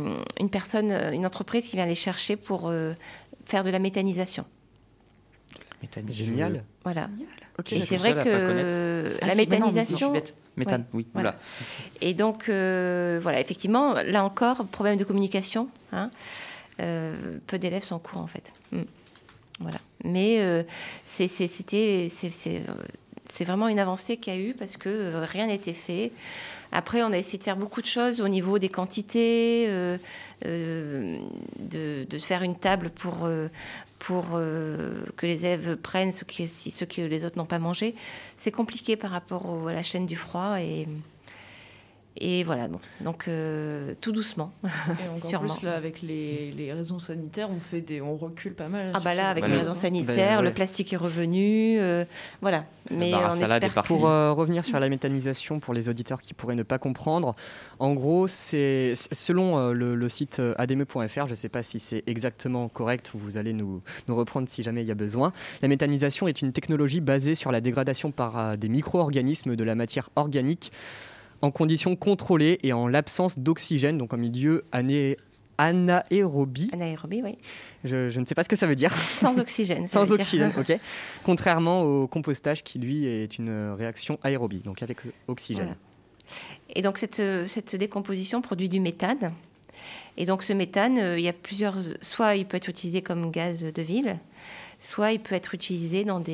une entreprise qui vient les chercher pour faire de la méthanisation. Génial. Voilà. Okay, et c'est vrai que la méthanisation... Méthane, oui. Voilà. Et donc, voilà, effectivement, là encore, problème de communication. Peu d'élèves sont au courant, en fait. Voilà. Mais c'est vraiment une avancée qu'il y a eu parce que rien n'a été fait. Après, on a essayé de faire beaucoup de choses au niveau des quantités, de faire une table pour que les élèves prennent ceux que les autres n'ont pas mangé. C'est compliqué par rapport à la chaîne du froid Et voilà, bon. Donc tout doucement, Et encore sûrement. plus là, avec les raisons sanitaires, on recule pas mal. Ah bah là, avec Bah, les le- raisons sanitaires, ouais. le plastique est revenu, voilà. Mais bar à on salade est espère parti. Pour revenir sur la méthanisation, pour les auditeurs qui pourraient ne pas comprendre, en gros, c'est selon le site adme.fr, je ne sais pas si c'est exactement correct, vous allez nous reprendre si jamais il y a besoin. La méthanisation est une technologie basée sur la dégradation par des micro-organismes de la matière organique en conditions contrôlées et en l'absence d'oxygène, donc en milieu anaérobie. anaérobie, oui. Je ne sais pas ce que ça veut dire. Sans oxygène. ça Sans veut dire. oxygène, ok. Contrairement au compostage qui, lui, est une réaction aérobie, donc avec oxygène. Voilà. Et donc cette décomposition produit du méthane. Et donc ce méthane, il y a plusieurs. Soit il peut être utilisé comme gaz de ville, soit il peut être utilisé dans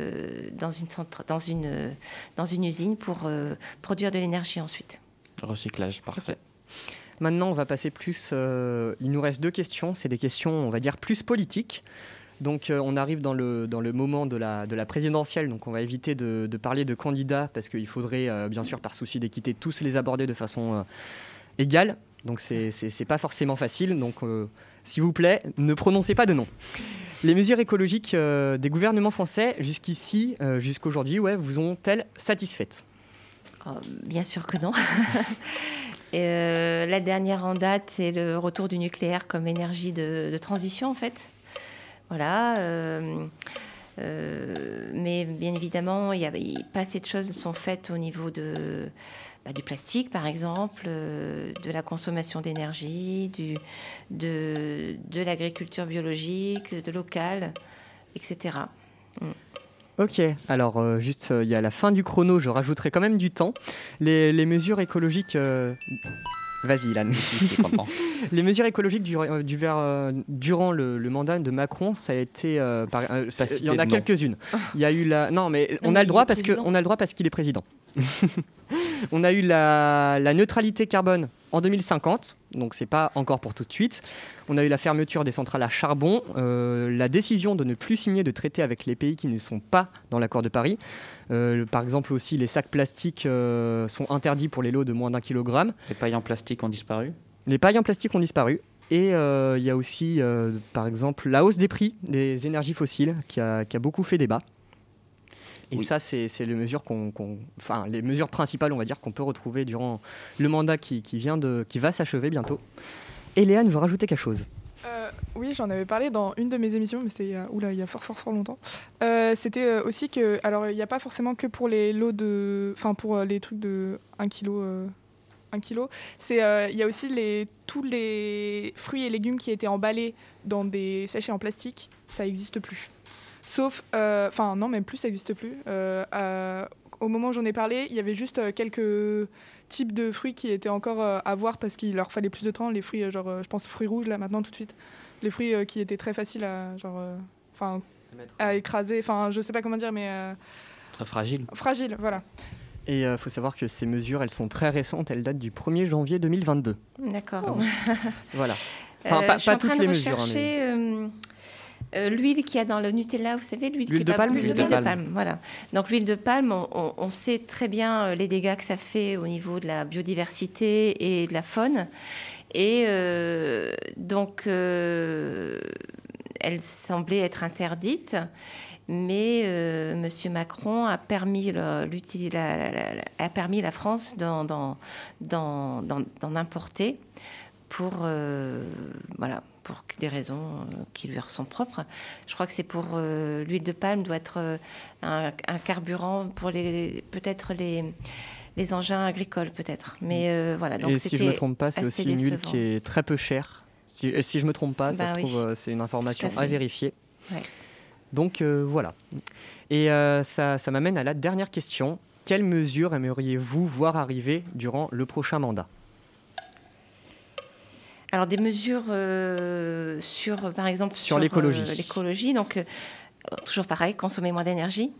une usine pour produire de l'énergie ensuite. Recyclage, parfait. Maintenant, on va passer plus... il nous reste 2 questions. C'est des questions, on va dire, plus politiques. Donc, on arrive dans le moment de la présidentielle. Donc, on va éviter de parler de candidats parce qu'il faudrait, bien sûr, par souci d'équité, tous les aborder de façon égale. Donc, c'est pas forcément facile. Donc, s'il vous plaît, ne prononcez pas de nom. Les mesures écologiques des gouvernements français, jusqu'ici, jusqu'aujourd'hui, vous ont-elles satisfaites ? Bien sûr que non. La dernière en date, c'est le retour du nucléaire comme énergie de transition, en fait. Voilà. Mais bien évidemment, pas assez de choses sont faites au niveau du plastique, par exemple, de la consommation d'énergie, de l'agriculture biologique, de local, etc. Ok, alors juste, il y a la fin du chrono, je rajouterai quand même du temps. Les mesures écologiques... Vas-y, Ilan. Les mesures écologiques durant le mandat de Macron, ça a été... il y en a quelques-unes. Il y a eu la... Non, mais on a le droit parce qu'il est président. On a eu la neutralité carbone en 2050, donc c'est pas encore pour tout de suite. On a eu la fermeture des centrales à charbon, la décision de ne plus signer de traités avec les pays qui ne sont pas dans l'accord de Paris. Par exemple aussi, les sacs plastiques sont interdits pour les lots de moins d'1 kilogramme. Les pailles en plastique ont disparu. Les pailles en plastique ont disparu. Et il y a aussi, par exemple, la hausse des prix des énergies fossiles qui a beaucoup fait débat. Et oui. Ça, c'est les mesures les mesures principales, on va dire, qu'on peut retrouver durant le mandat qui va s'achever bientôt. Et Léane veut rajouter quelque chose. Oui, j'en avais parlé dans une de mes émissions, mais c'était il y a fort longtemps. C'était aussi que, alors il n'y a pas forcément que pour les lots pour les trucs de 1 kilo. 1 kilo. Il y a aussi tous les fruits et légumes qui étaient emballés dans des sachets en plastique, ça n'existe plus. Sauf, non, même plus, ça n'existe plus. Au moment où j'en ai parlé, il y avait juste quelques types de fruits qui étaient encore à voir parce qu'il leur fallait plus de temps. Les fruits, je pense fruits rouges, là, maintenant, tout de suite. Les fruits qui étaient très faciles à écraser. Enfin, je sais pas comment dire, mais... Très fragile. Fragile, voilà. Et il faut savoir que ces mesures, elles sont très récentes. Elles datent du 1er janvier 2022. D'accord. Oh. Voilà. Enfin, pas toutes les mesures. L'huile qu'il y a dans le Nutella, vous savez, l'huile de palme. L'huile de palme, voilà. Donc l'huile de palme, on sait très bien les dégâts que ça fait au niveau de la biodiversité et de la faune. Et donc, elle semblait être interdite, mais M. Macron a permis la France d'en importer pour des raisons qui lui sont propres. Je crois que c'est pour l'huile de palme doit être un carburant pour peut-être les engins agricoles peut-être. Mais voilà. Donc et si je me trompe pas, c'est aussi une huile qui est très peu chère. Si je me trompe pas, ça se trouve c'est une information à vérifier. Ouais. Donc voilà. Et ça m'amène à la dernière question. Quelles mesures aimeriez-vous voir arriver durant le prochain mandat ? Alors des mesures par exemple sur l'écologie, donc toujours pareil, consommer moins d'énergie.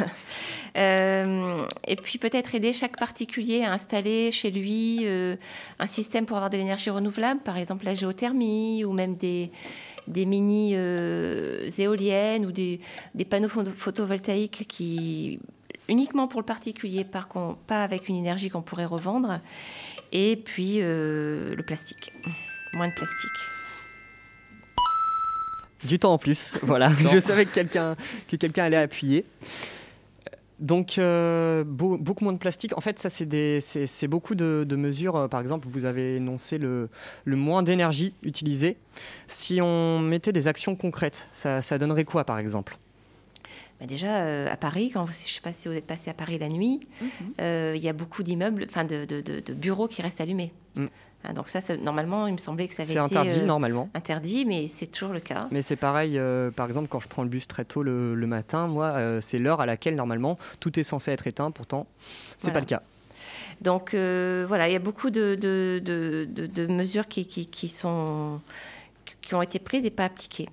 Et puis peut-être aider chaque particulier à installer chez lui un système pour avoir de l'énergie renouvelable, par exemple la géothermie ou même des mini éoliennes ou des panneaux photovoltaïques qui uniquement pour le particulier, pas avec une énergie qu'on pourrait revendre. Et puis le plastique, moins de plastique. Du temps en plus, voilà. Je savais que quelqu'un allait appuyer. Donc, beaucoup moins de plastique. En fait, ça, c'est beaucoup de mesures. Par exemple, vous avez énoncé le moins d'énergie utilisée. Si on mettait des actions concrètes, ça donnerait quoi, par exemple ? Déjà, à Paris, je ne sais pas si vous êtes passé à Paris la nuit, il y a beaucoup d'immeubles, de bureaux qui restent allumés. Donc ça, normalement, il me semblait que ça avait été... C'est interdit, normalement. Interdit, mais c'est toujours le cas. Mais c'est pareil, par exemple, quand je prends le bus très tôt le matin, moi, c'est l'heure à laquelle, normalement, tout est censé être éteint. Pourtant, c'est pas le cas. Donc, il y a beaucoup de mesures qui ont été prises et pas appliquées.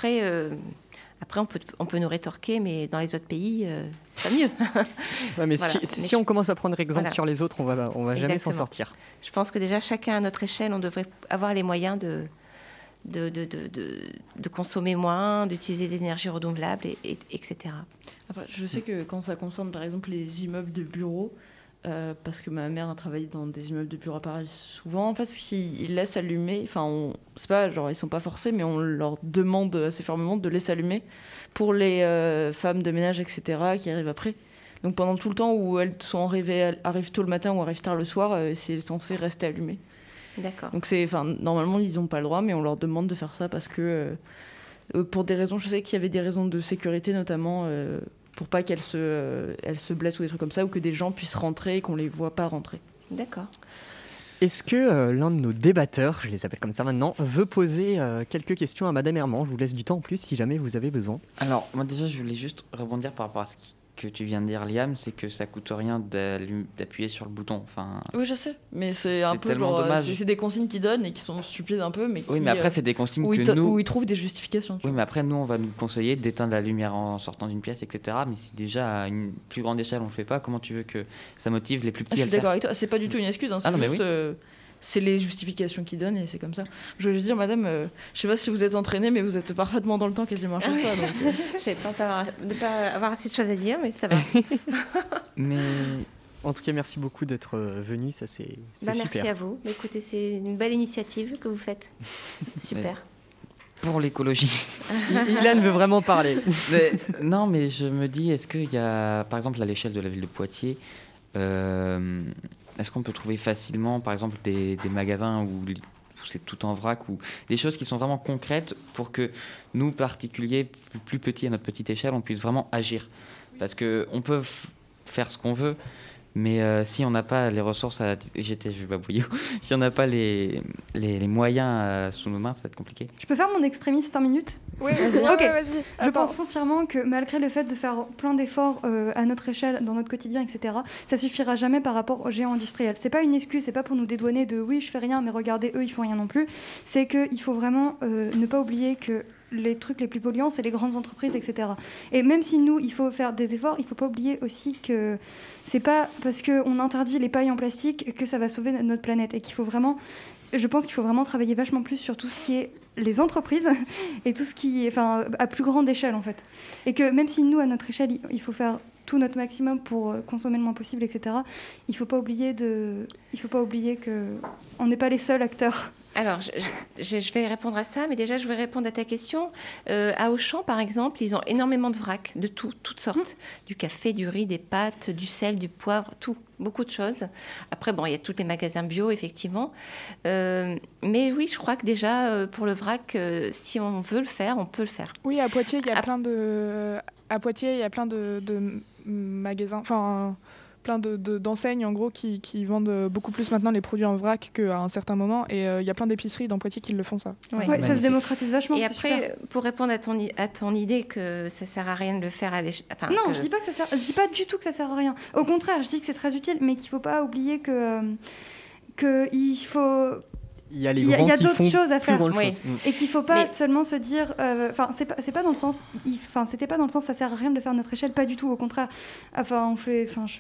Après, on peut nous rétorquer, mais dans les autres pays, c'est pas mieux. Ouais, mais si on commence à prendre exemple sur les autres, on va jamais s'en sortir. Je pense que déjà, chacun à notre échelle, on devrait avoir les moyens de consommer moins, d'utiliser des énergies renouvelables, etc. Enfin, je sais que quand ça concerne, par exemple, les immeubles de bureaux, parce que ma mère a travaillé dans des immeubles de bureaux à Paris souvent. En fait, ce qu'ils laissent allumer, enfin, c'est pas genre ils sont pas forcés, mais on leur demande assez fermement de laisser allumer pour les femmes de ménage, etc., qui arrivent après. Donc pendant tout le temps où elles sont arrivent tôt le matin ou arrivent tard le soir, c'est censé rester allumé. D'accord. Donc normalement ils n'ont pas le droit, mais on leur demande de faire ça parce que pour des raisons, je sais qu'il y avait des raisons de sécurité notamment. Pour pas qu'elle se blesse ou des trucs comme ça, ou que des gens puissent rentrer et qu'on les voit pas rentrer. D'accord. Est-ce que l'un de nos débatteurs, je les appelle comme ça maintenant, veut poser quelques questions à Madame Herman ? Je vous laisse du temps en plus si jamais vous avez besoin. Alors, moi déjà, je voulais juste rebondir par rapport à ce que tu viens de dire, Liam, c'est que ça coûte rien d'appuyer sur le bouton. Enfin, oui, je sais, mais c'est un peu tellement dommage. C'est des consignes qu'ils donnent et qui sont stupides un peu, mais oui, mais après c'est des consignes où ils trouvent des justifications. Oui, mais après nous on va nous conseiller d'éteindre la lumière en sortant d'une pièce, etc. Mais si déjà à une plus grande échelle on le fait pas, comment tu veux que ça motive les plus petits à le faire ? Je suis d'accord avec toi. C'est pas du tout une excuse. C'est juste. Oui. C'est les justifications qu'ils donnent et c'est comme ça. Je veux juste dire, madame, je sais pas si vous êtes entraînée, mais vous êtes parfaitement dans le temps quasiment à chaque fois. Donc, je savais pas de pas avoir assez de choses à dire, mais ça va. Mais en tout cas, merci beaucoup d'être venu, ça c'est super. Merci à vous. Écoutez, c'est une belle initiative que vous faites. Super. Pour l'écologie. Ilan veut vraiment parler. Non, mais je me dis, est-ce qu'il y a, par exemple, à l'échelle de la ville de Poitiers, est-ce qu'on peut trouver facilement, par exemple, des magasins où c'est tout en vrac ou des choses qui sont vraiment concrètes pour que nous, particuliers, plus petits à notre petite échelle, on puisse vraiment agir ? Parce qu'on peut faire ce qu'on veut, mais si on n'a pas les ressources si on n'a pas les moyens sous nos mains, ça va être compliqué. Je peux faire mon extrémiste 1 minute ? Oui, vas-y. Ok. Vas-y. Je pense foncièrement que malgré le fait de faire plein d'efforts à notre échelle, dans notre quotidien, etc., ça suffira jamais par rapport aux géants industriels. C'est pas une excuse, c'est pas pour nous dédouaner de oui, je fais rien, mais regardez, eux, ils font rien non plus. C'est qu'il faut vraiment ne pas oublier que les trucs les plus polluants, c'est les grandes entreprises, etc. Et même si nous, il faut faire des efforts, il faut pas oublier aussi que c'est pas parce qu'on interdit les pailles en plastique que ça va sauver notre planète. Et qu'il faut vraiment, je pense qu'il faut vraiment travailler vachement plus sur tout ce qui est les entreprises et tout ce qui est, enfin, à plus grande échelle en fait. Et que même si nous, à notre échelle, il faut faire tout notre maximum pour consommer le moins possible, etc. Il faut pas oublier que on n'est pas les seuls acteurs. Alors, je vais répondre à ça, mais déjà, je vais répondre à ta question. À Auchan, par exemple, ils ont énormément de vrac, de toutes sortes. Du café, du riz, des pâtes, du sel, du poivre, tout. Beaucoup de choses. Après, bon, il y a tous les magasins bio, effectivement. Mais oui, je crois que déjà, pour le vrac, si on veut le faire, on peut le faire. Oui, à Poitiers, il y a plein de magasins... Enfin, plein d'enseignes en gros qui vendent beaucoup plus maintenant les produits en vrac qu'à un certain moment, et il y a plein d'épiceries dans Poitiers qui le font ça. Ouais, ça se démocratise vachement. Et après, pour répondre à ton idée que ça sert à rien de le faire à l'échelle... Non, je dis pas du tout que ça sert à rien. Au contraire, je dis que c'est très utile, mais qu'il faut pas oublier que il faut... Il y a d'autres choses à faire, oui. Et qu'il faut pas seulement se dire, c'est pas dans le sens, c'était pas dans le sens ça sert à rien de le faire à notre échelle, pas du tout, au contraire.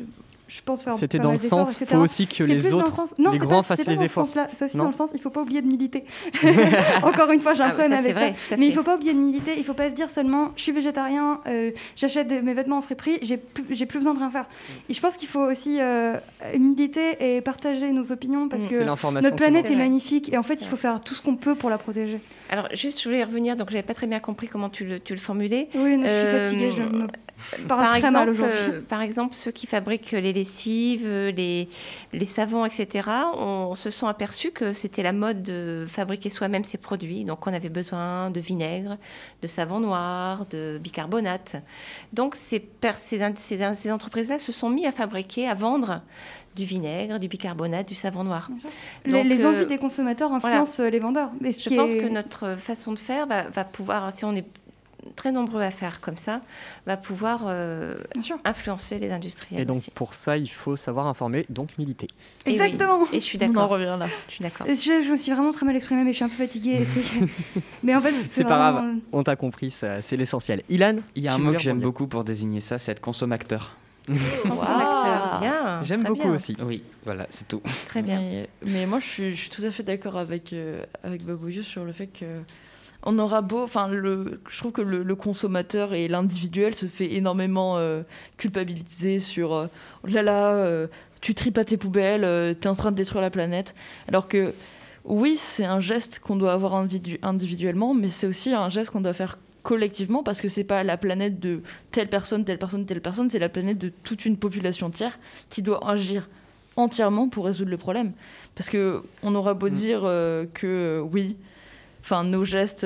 je pense faire C'était pas dans mal le d'efforts, sens, il etc. faut aussi que C'est les plus dans le autres, sens- non, les c'est grands pas- fassent c'est pas les dans ce efforts. sens-là. C'est aussi Non. dans le sens, il faut pas oublier de militer. Encore une fois, j'ai un Ah, problème ça, avec c'est vrai, ça. tout à Mais il fait. faut pas oublier de militer. Il faut pas se dire seulement, je suis végétarien, j'achète mes vêtements en friperie, j'ai plus besoin de rien faire. Et je pense qu'il faut aussi militer et partager nos opinions parce C'est que l'information notre planète qui est manque. magnifique et en fait, il faut faire tout ce qu'on peut pour la protéger. Alors, juste, je voulais y revenir, donc j'avais pas très bien compris comment tu le formulais. Oui, non, je suis fatiguée, je me parle très mal aujourd'hui. Par exemple, ceux qui fabriquent les lessives, les savons, etc., on se sont aperçus que c'était la mode de fabriquer soi-même ces produits. Donc, on avait besoin de vinaigre, de savon noir, de bicarbonate. Donc, ces entreprises-là se sont mis à fabriquer, à vendre du vinaigre, du bicarbonate, du savon noir. Donc, Les envies des consommateurs influencent les vendeurs. Mais je pense que notre façon de faire va pouvoir, si on est très nombreux à faire comme ça, va pouvoir influencer les industriels. Et donc aussi. pour ça, il faut savoir informer, donc militer. Exactement. Et je suis On en d'accord. revient là. Je suis d'accord. Je me suis vraiment très mal exprimée, mais je suis un peu fatiguée. Mais en fait, C'est pas vraiment, grave, on t'a compris, c'est l'essentiel. Ilan, Il y a tu un mot voulais que j'aime rebondir. beaucoup pour désigner ça, c'est être consommateur. Consommateur, bien. J'aime très beaucoup bien. aussi. Oui, voilà, c'est tout. Très bien. Mais moi, je suis tout à fait d'accord avec Babouyou sur le fait que on aura beau, je trouve que le consommateur et l'individuel se fait énormément culpabiliser sur oh là là, tu tries pas tes poubelles, t'es en train de détruire la planète, alors que oui, c'est un geste qu'on doit avoir individuellement, mais c'est aussi un geste qu'on doit faire collectivement, parce que c'est pas la planète de telle personne, c'est la planète de toute une population entière qui doit agir entièrement pour résoudre le problème. Parce que on aura beau dire que oui, nos gestes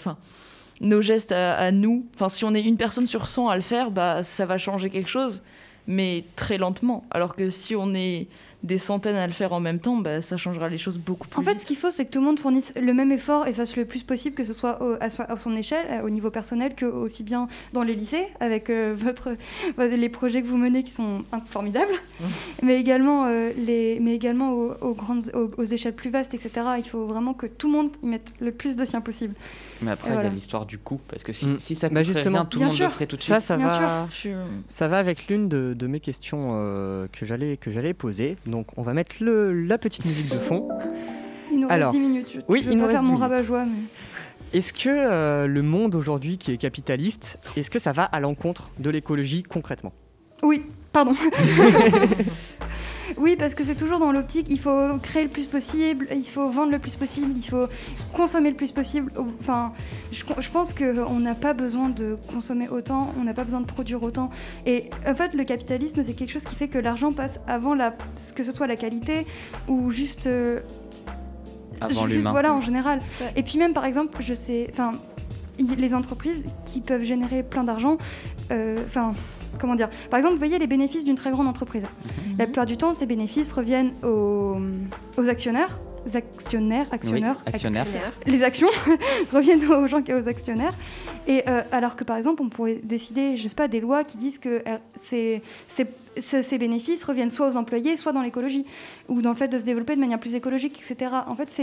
à nous, si on est une personne sur 100 à le faire, ça va changer quelque chose, mais très lentement. Alors que si on est des centaines à le faire en même temps, ça changera les choses beaucoup plus En fait, vite. ce qu'il faut, c'est que tout le monde fournisse le même effort et fasse le plus possible, que ce soit à son échelle, au niveau personnel, que aussi bien dans les lycées, avec les projets que vous menez qui sont formidables, mais également, aux échelles plus vastes, etc. Il faut vraiment que tout le monde y mette le plus de sien possible. Mais après, Voilà. il y a l'histoire du coût, parce que si ça coûterait justement, rien, tout le bien monde sûr. le ferait tout de suite. Ça va avec l'une de mes questions que j'allais poser. Donc on va mettre la petite musique de fond. Il nous Alors, reste 10 minutes. oui, Je il veux nous pas reste faire 10 mon minutes. rabat-joie, mais... Est-ce que le monde aujourd'hui qui est capitaliste, est-ce que ça va à l'encontre de l'écologie concrètement ? Oui, pardon. Oui, parce que c'est toujours dans l'optique, il faut créer le plus possible, il faut vendre le plus possible, il faut consommer le plus possible. Enfin, je pense qu'on n'a pas besoin de consommer autant, on n'a pas besoin de produire autant. Et en fait, le capitalisme, c'est quelque chose qui fait que l'argent passe avant que ce soit la qualité ou juste... Avant juste l'humain. voilà, en général. Et puis même, par exemple, je sais... les entreprises qui peuvent générer plein d'argent... comment dire ? Par exemple, vous voyez les bénéfices d'une très grande entreprise. La plupart du temps, ces bénéfices reviennent aux actionnaires. Actionnaires. Les actions reviennent aux gens, aux actionnaires. Et alors que, par exemple, on pourrait décider, je sais pas, des lois qui disent que ces bénéfices reviennent soit aux employés, soit dans l'écologie, ou dans le fait de se développer de manière plus écologique, etc. En fait,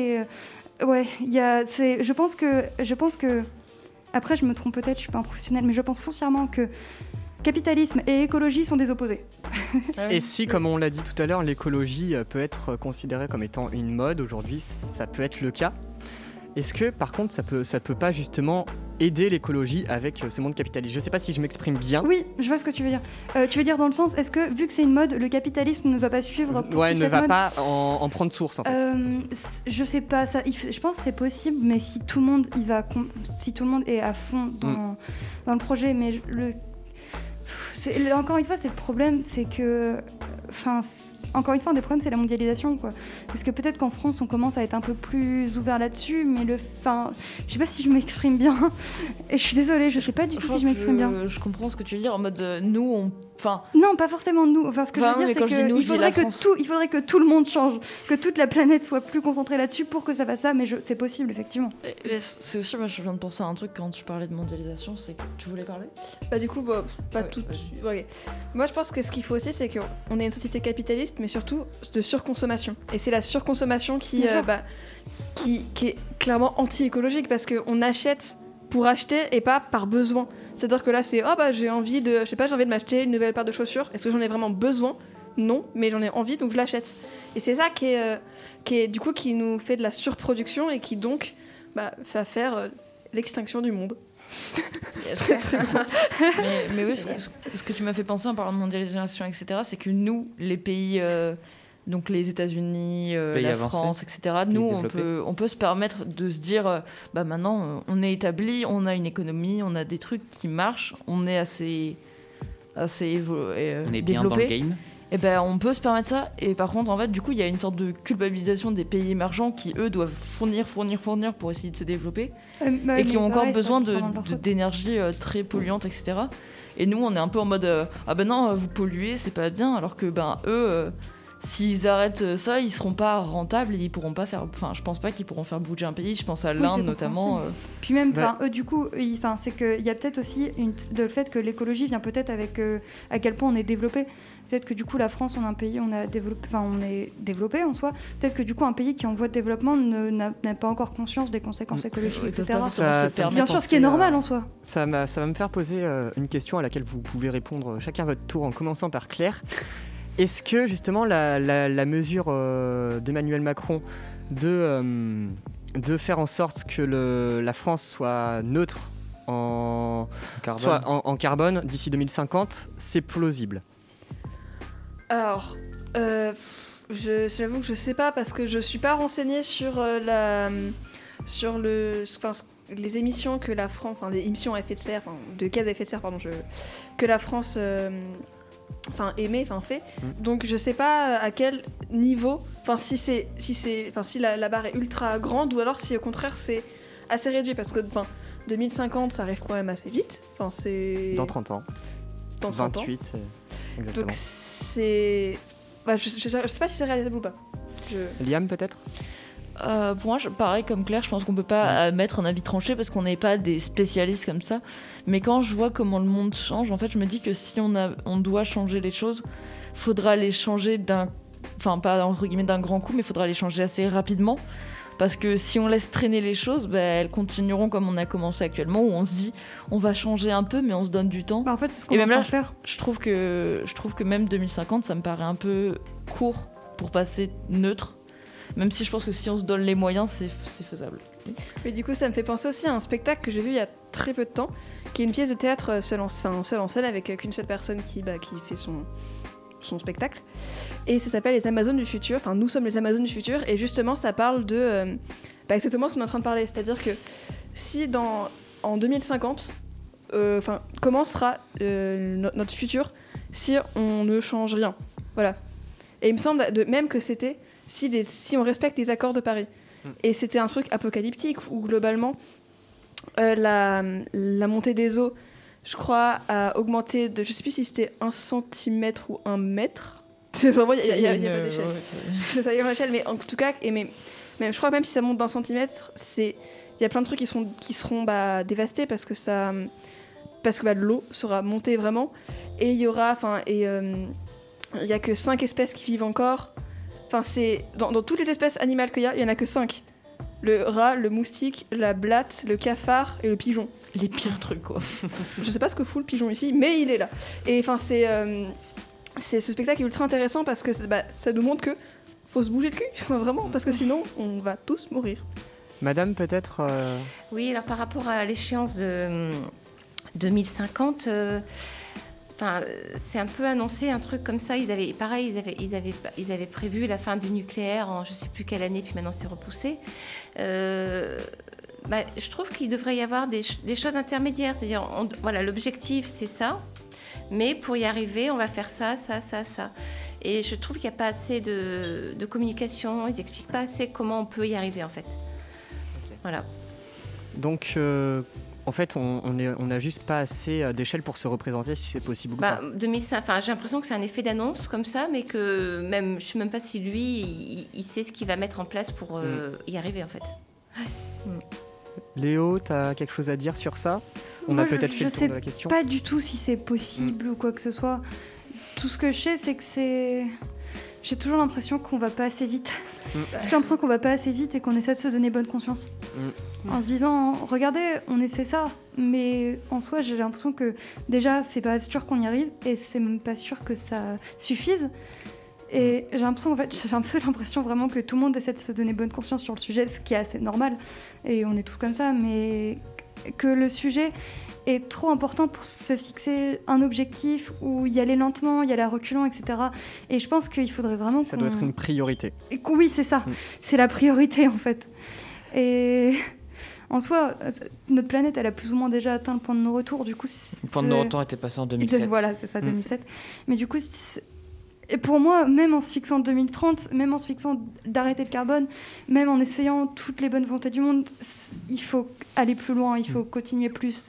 je pense que... Après, je me trompe peut-être, je suis pas un professionnel, mais je pense foncièrement que capitalisme et écologie sont des opposés. Et si, comme on l'a dit tout à l'heure, l'écologie peut être considérée comme étant une mode, aujourd'hui, ça peut être le cas. Est-ce que, par contre, ça peut pas justement aider l'écologie avec ce monde capitaliste ? Je sais pas si je m'exprime bien. Oui, je vois ce que tu veux dire. Tu veux dire dans le sens, est-ce que, vu que c'est une mode, le capitalisme ne va pas suivre Ne va pas en prendre source, en fait. Je sais pas, je pense que c'est possible, mais si tout le monde est à fond dans le projet, mais encore une fois, c'est le problème, c'est que... Encore une fois, un des problèmes, c'est la mondialisation, quoi. Parce que peut-être qu'en France, on commence à être un peu plus ouvert là-dessus, mais je sais pas si je m'exprime bien. Et je suis désolée, je sais pas du tout si je m'exprime bien. Je comprends ce que tu veux dire, en mode nous, Non, pas forcément nous. Ce que je veux dire, c'est qu'il faudrait que tout le monde change, que toute la planète soit plus concentrée là-dessus pour que ça fasse ça, mais c'est possible, effectivement. Et c'est aussi, moi, je viens de penser à un truc quand tu parlais de mondialisation, c'est que tu voulais parler ? Du coup, pas tout. Ouais. Moi, je pense que ce qu'il faut aussi, c'est qu'on est une société capitaliste, mais surtout de surconsommation. Et c'est la surconsommation qui est clairement anti-écologique, parce qu'on achète pour acheter et pas par besoin. C'est-à-dire que là, c'est j'ai envie de m'acheter une nouvelle paire de chaussures. Est-ce que j'en ai vraiment besoin ? Non, mais j'en ai envie, donc je l'achète. Et c'est ça qui nous fait de la surproduction et qui donc va faire l'extinction du monde. mais oui, ce que tu m'as fait penser en parlant de mondialisation, etc., c'est que nous, les pays, donc les États-Unis, la France, etc., nous, on peut se permettre de se dire, maintenant, on est établi, on a une économie, on a des trucs qui marchent, on est assez on est bien développé. dans le game. Et on peut se permettre ça. Et par contre, en fait, du coup, il y a une sorte de culpabilisation des pays émergents qui, eux, doivent fournir pour essayer de se développer et qui ont encore besoin d'énergie très polluante, etc. Et nous, on est un peu en mode non, vous polluez, c'est pas bien. Alors que eux, s'ils arrêtent ça, ils seront pas rentables et ils pourront pas faire. Enfin, je pense pas qu'ils pourront faire bouger un pays. Je pense à l'Inde notamment. Puis même, eux, du coup, c'est qu'il y a peut-être aussi le fait que l'écologie vient peut-être avec à quel point on est développé. Peut-être que du coup la France, on est développé en soi. Peut-être que du coup un pays qui est en voie de développement n'a pas encore conscience des conséquences écologiques, etc. Bien sûr, ce qui est normal en soi. Ça va me faire poser une question à laquelle vous pouvez répondre chacun à votre tour, en commençant par Claire. Est-ce que justement la mesure d'Emmanuel Macron de faire en sorte que la France soit neutre en carbone d'ici 2050, c'est plausible? Alors, j'avoue que je sais pas parce que je suis pas renseignée sur les émissions que la France, les émissions à effet de serre, de gaz à effet de serre, que la France fait. Donc je sais pas à quel niveau, si la barre est ultra grande ou alors si au contraire c'est assez réduit parce que 2050 ça arrive quand même assez vite. C'est dans 30 ans. Dans 30 28 ans. Exactement. Donc c'est je sais pas si c'est réalisable ou pas. Liam peut-être. Pour moi, pareil comme Claire, je pense qu'on peut pas mettre un avis tranché parce qu'on n'est pas des spécialistes comme ça. Mais quand je vois comment le monde change, en fait, je me dis que si on doit changer les choses, faudra les changer pas entre guillemets d'un grand coup, mais faudra les changer assez rapidement. Parce que si on laisse traîner les choses, elles continueront comme on a commencé actuellement, où on se dit on va changer un peu, mais on se donne du temps. En fait, c'est ce qu'on est en train de faire. Je trouve que même 2050, ça me paraît un peu court pour passer neutre. Même si je pense que si on se donne les moyens, c'est faisable. Mais du coup, ça me fait penser aussi à un spectacle que j'ai vu il y a très peu de temps, qui est une pièce de théâtre seule en scène avec qu'une seule personne qui fait son spectacle. Et ça s'appelle Les Amazones du futur. Enfin, nous sommes les Amazones du futur. Et justement, ça parle de exactement ce qu'on est en train de parler. C'est-à-dire que si en 2050, comment sera notre futur si on ne change rien. Voilà. Et il me semble même que c'était si on respecte les accords de Paris. Et c'était un truc apocalyptique où globalement la montée des eaux, je crois, a augmenté de, je sais plus si c'était 1 centimètre ou 1 mètre. C'est vraiment, il y a pas d'échelle. C'est ça, il y a une échelle, mais en tout cas, même je crois même si ça monte d'1 centimètre, il y a plein de trucs qui seront dévastés parce que l'eau sera montée vraiment, et il y aura, il y a que 5 espèces qui vivent encore. C'est dans toutes les espèces animales qu'il y en a que 5. Le rat, le moustique, la blatte, le cafard et le pigeon. Les pires trucs, quoi. Je sais pas ce que fout le pigeon ici, mais il est là. Et ce spectacle est ultra intéressant parce que ça nous montre que faut se bouger le cul, vraiment, parce que sinon on va tous mourir. Madame, peut-être Oui, alors par rapport à l'échéance de 2050, c'est un peu annoncé un truc comme ça. Ils avaient prévu la fin du nucléaire en je sais plus quelle année, puis maintenant c'est repoussé. Je trouve qu'il devrait y avoir des choses intermédiaires. C'est-à-dire, l'objectif c'est ça, mais pour y arriver, on va faire ça, ça, ça, ça. Et je trouve qu'il n'y a pas assez de communication. Ils n'expliquent pas assez comment on peut y arriver en fait. Okay. Voilà. Donc. En fait, on n'a juste pas assez d'échelle pour se représenter si c'est possible ou pas. 2005, j'ai l'impression que c'est un effet d'annonce comme ça, mais que même, je ne sais même pas si lui, il sait ce qu'il va mettre en place pour y arriver en fait. Léo, tu as quelque chose à dire sur ça? On a peut-être fait le tour de la question. Je ne sais pas du tout si c'est possible ou quoi que ce soit. Tout ce que je sais, c'est que c'est... j'ai toujours l'impression qu'on va pas assez vite. J'ai l'impression qu'on va pas assez vite et qu'on essaie de se donner bonne conscience. En se disant, regardez, on essaie ça, mais en soi, j'ai l'impression que déjà, c'est pas sûr qu'on y arrive et c'est même pas sûr que ça suffise. Et j'ai un peu l'impression vraiment que tout le monde essaie de se donner bonne conscience sur le sujet, ce qui est assez normal, et on est tous comme ça, mais que le sujet est trop important pour se fixer un objectif ou y aller lentement, y aller à reculons, etc. Et je pense qu'il faudrait vraiment Ça doit être une priorité. Oui, c'est ça. C'est la priorité, en fait. Et en soi, notre planète, elle a plus ou moins déjà atteint le point de non-retour. Du coup, le point de non-retour était passé en 2007. Voilà, c'est ça, 2007. Mais du coup, et pour moi, même en se fixant 2030, même en se fixant d'arrêter le carbone, même en essayant toutes les bonnes volontés du monde, il faut aller plus loin, il faut continuer plus.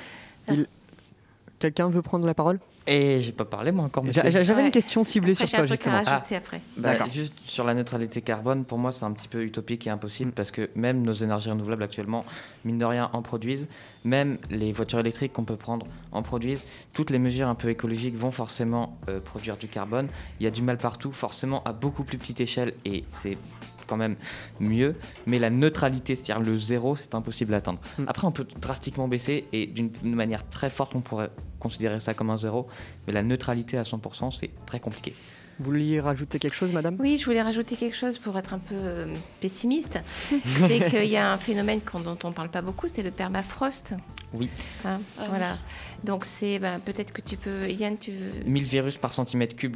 Quelqu'un veut prendre la parole ? Et j'ai pas parlé moi encore. J'avais une question ciblée sur toi justement. Après. Juste sur la neutralité carbone, pour moi c'est un petit peu utopique et impossible parce que même nos énergies renouvelables actuellement, mine de rien, en produisent. Même les voitures électriques qu'on peut prendre en produisent. Toutes les mesures un peu écologiques vont forcément produire du carbone. Il y a du mal partout, forcément à beaucoup plus petite échelle et c'est quand même mieux, mais la neutralité, c'est-à-dire le zéro, c'est impossible à atteindre. Après, on peut drastiquement baisser et d'une manière très forte, on pourrait considérer ça comme un zéro, mais la neutralité à 100%, c'est très compliqué. Vous vouliez rajouter quelque chose, madame ? Oui, je voulais rajouter quelque chose pour être un peu pessimiste. C'est qu'il y a un phénomène dont on ne parle pas beaucoup, c'est le permafrost. Oui. Voilà. Donc c'est peut-être que tu peux, Yann, tu veux... 1000 virus par centimètre cube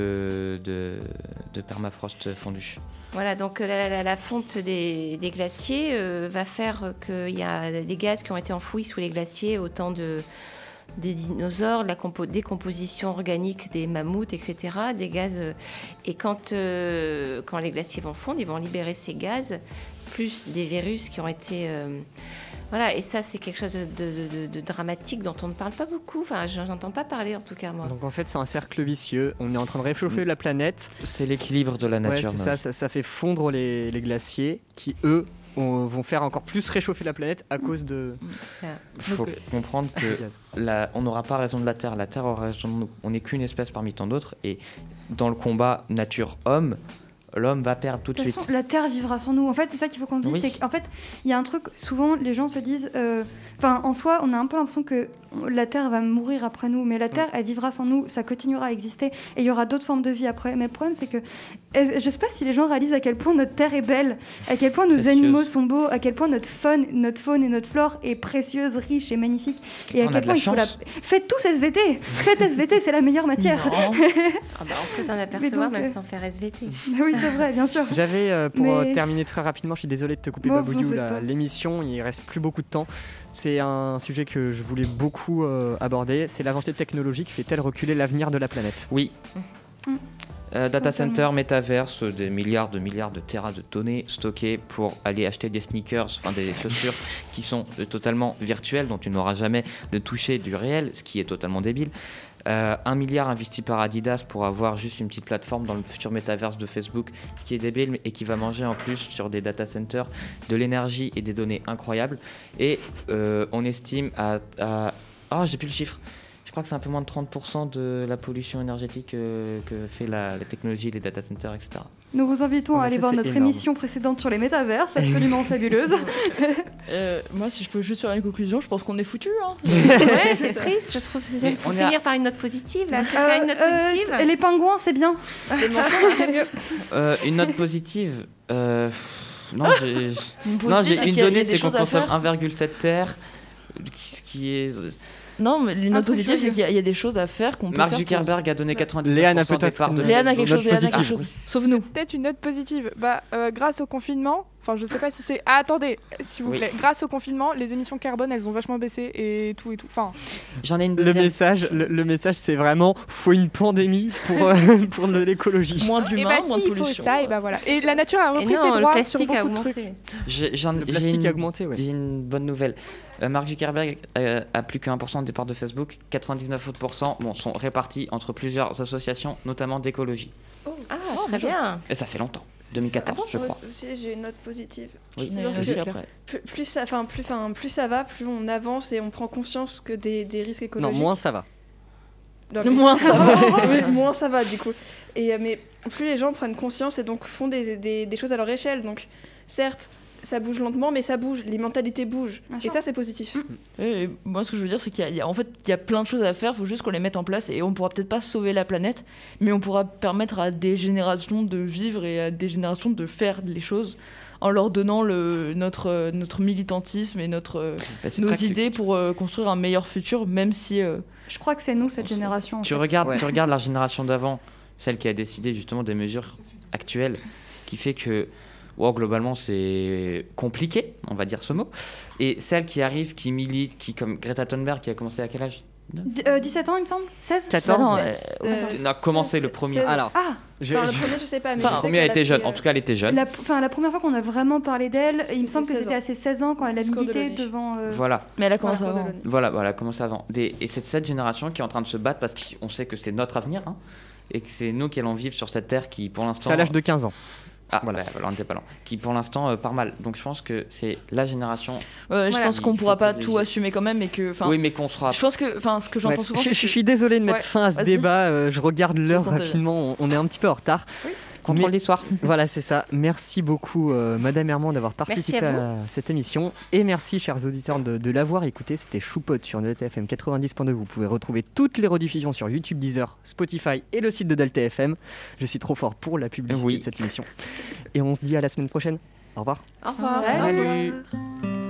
de permafrost fondu. Voilà, donc la fonte des glaciers va faire qu'il y a des gaz qui ont été enfouis sous les glaciers au temps des dinosaures, la décomposition organique des mammouths, etc., des gaz. Et quand les glaciers vont fondre, ils vont libérer ces gaz, plus des virus qui ont été... Voilà, et ça, c'est quelque chose de dramatique dont on ne parle pas beaucoup. Enfin, je n'entends pas parler, en tout cas, moi. Donc, en fait, c'est un cercle vicieux. On est en train de réchauffer la planète. C'est l'équilibre de la nature. Ouais, c'est ça fait fondre les glaciers qui, eux, vont faire encore plus réchauffer la planète à cause de... Il faut comprendre que on n'aura pas raison de la Terre. La Terre aura raison de nous. On n'est qu'une espèce parmi tant d'autres. Et dans le combat nature-homme, l'homme va perdre tout de suite. De toute façon, la Terre vivra sans nous. En fait, c'est ça qu'il faut qu'on se dise. C'est qu'en fait, il y a un truc, souvent, les gens se disent... en soi, on a un peu l'impression que la Terre va mourir après nous, mais la Terre, elle vivra sans nous, ça continuera à exister, et il y aura d'autres formes de vie après. Mais le problème, c'est que... Je sais pas si les gens réalisent à quel point notre Terre est belle, à quel point nos animaux sont beaux, à quel point notre faune et notre flore est précieuse, riche et magnifique. Et à quel point il faut la... Faites tous SVT. Faites SVT, c'est la meilleure matière. On peut s'en apercevoir même sans faire SVT. Oui, c'est vrai, bien sûr. J'avais, pour terminer très rapidement, je suis désolé de te couper, Babouyou, l'émission, il reste plus beaucoup de temps. C'est un sujet que je voulais beaucoup aborder. C'est l'avancée technologique fait-elle reculer l'avenir de la planète ? Oui. Data center, métaverse, des milliards de terras de données stockées pour aller acheter des sneakers, enfin des chaussures qui sont totalement virtuelles, dont tu n'auras jamais le toucher du réel, ce qui est totalement débile. 1 milliard investi par Adidas pour avoir juste une petite plateforme dans le futur métaverse de Facebook, ce qui est débile et qui va manger en plus sur des data centers de l'énergie et des données incroyables. Et on estime j'ai plus le chiffre. Je crois que c'est un peu moins de 30% de la pollution énergétique que fait la technologie, les data centers, etc. Nous vous invitons à aller voir notre émission précédente sur les métaverses, absolument fabuleuse. Moi, si je peux juste faire une conclusion, je pense qu'on est foutus. Hein. Ouais, c'est triste, je trouve. Il faut finir par une note positive. Là. Une note positive. Les pingouins, c'est bien. Les pingouins, c'est mieux. Une note positive. Non, j'ai une donnée, c'est qu'on consomme 1,7 terre, ce qui est... Non, mais une note positive, c'est qu'il y a des choses à faire qu'on peut Mark faire. Zuckerberg a donné 99% des parts de Léane a quelque chose. Sauf nous. Peut-être une note positive. Grâce au confinement, enfin, je sais pas si c'est... Ah, attendez, s'il vous plaît. Grâce au confinement, les émissions carbone, elles ont vachement baissé et tout. Enfin... J'en ai une deuxième. Le message, c'est vraiment, faut une pandémie pour de l'écologie. Moins d'humains, moins de pollution. Il faut ça, et voilà. Et la nature a repris ses droits sur beaucoup de trucs. Le plastique a augmenté, ouais. J'ai une bonne nouvelle. Mark Zuckerberg a plus que 1% des parts de Facebook. 99% sont répartis entre plusieurs associations, notamment d'écologie. Très bien. Et ça fait longtemps. 2014, je crois. Moi aussi, j'ai une note positive. Oui, plus ça va, plus on avance et on prend conscience que des risques écologiques. Non, moins ça va. Moins ça va. Oui, moins ça va du coup. Mais plus les gens prennent conscience et donc font des choses à leur échelle. Donc certes, ça bouge lentement, mais ça bouge. Les mentalités bougent. Et ça, c'est positif. Et moi, ce que je veux dire, c'est qu'il y a plein de choses à faire. Il faut juste qu'on les mette en place. Et on pourra peut-être pas sauver la planète, mais on pourra permettre à des générations de vivre et à des générations de faire les choses en leur donnant notre militantisme et nos idées pour construire un meilleur futur, même si... Je crois que c'est nous, cette génération. Tu regardes la génération d'avant, celle qui a décidé justement des mesures actuelles, qui fait que globalement c'est compliqué, on va dire ce mot, et celle qui arrive, qui milite, qui comme Greta Thunberg, qui a commencé à quel âge? 17 ans, il me semble. 16 14 On a commencé le premier. Alors, le premier, je sais pas. Mais le premier, elle était jeune. En tout cas, elle était jeune. La première fois qu'on a vraiment parlé d'elle, il me semble que c'était à ses 16 ans quand elle a milité devant. Voilà. Mais elle a commencé avant. Voilà, elle a commencé avant. Et c'est cette génération qui est en train de se battre parce qu'on sait que c'est notre avenir, hein, et que c'est nous qui allons vivre sur cette terre qui, pour l'instant. C'est à l'âge de 15 ans. Voilà, on n'était pas loin. Qui pour l'instant part mal. Donc je pense que c'est la génération. Je pense qu'on pourra pas tout assumer quand même et que. Oui, mais qu'on sera. Je pense que, ce que j'entends souvent. Je suis désolé de mettre fin à ce débat. Je regarde l'heure rapidement. On est un petit peu en retard. Oui. Contrôle l'histoire. Voilà, c'est ça. Merci beaucoup, Madame Herman, d'avoir participé à cette émission. Et merci, chers auditeurs, de l'avoir écouté. C'était Choupot sur Delta FM 90.2. Vous pouvez retrouver toutes les rediffusions sur YouTube, Deezer, Spotify et le site de Delta FM. Je suis trop fort pour la publicité de cette émission. Et on se dit à la semaine prochaine. Au revoir. Au revoir. Salut.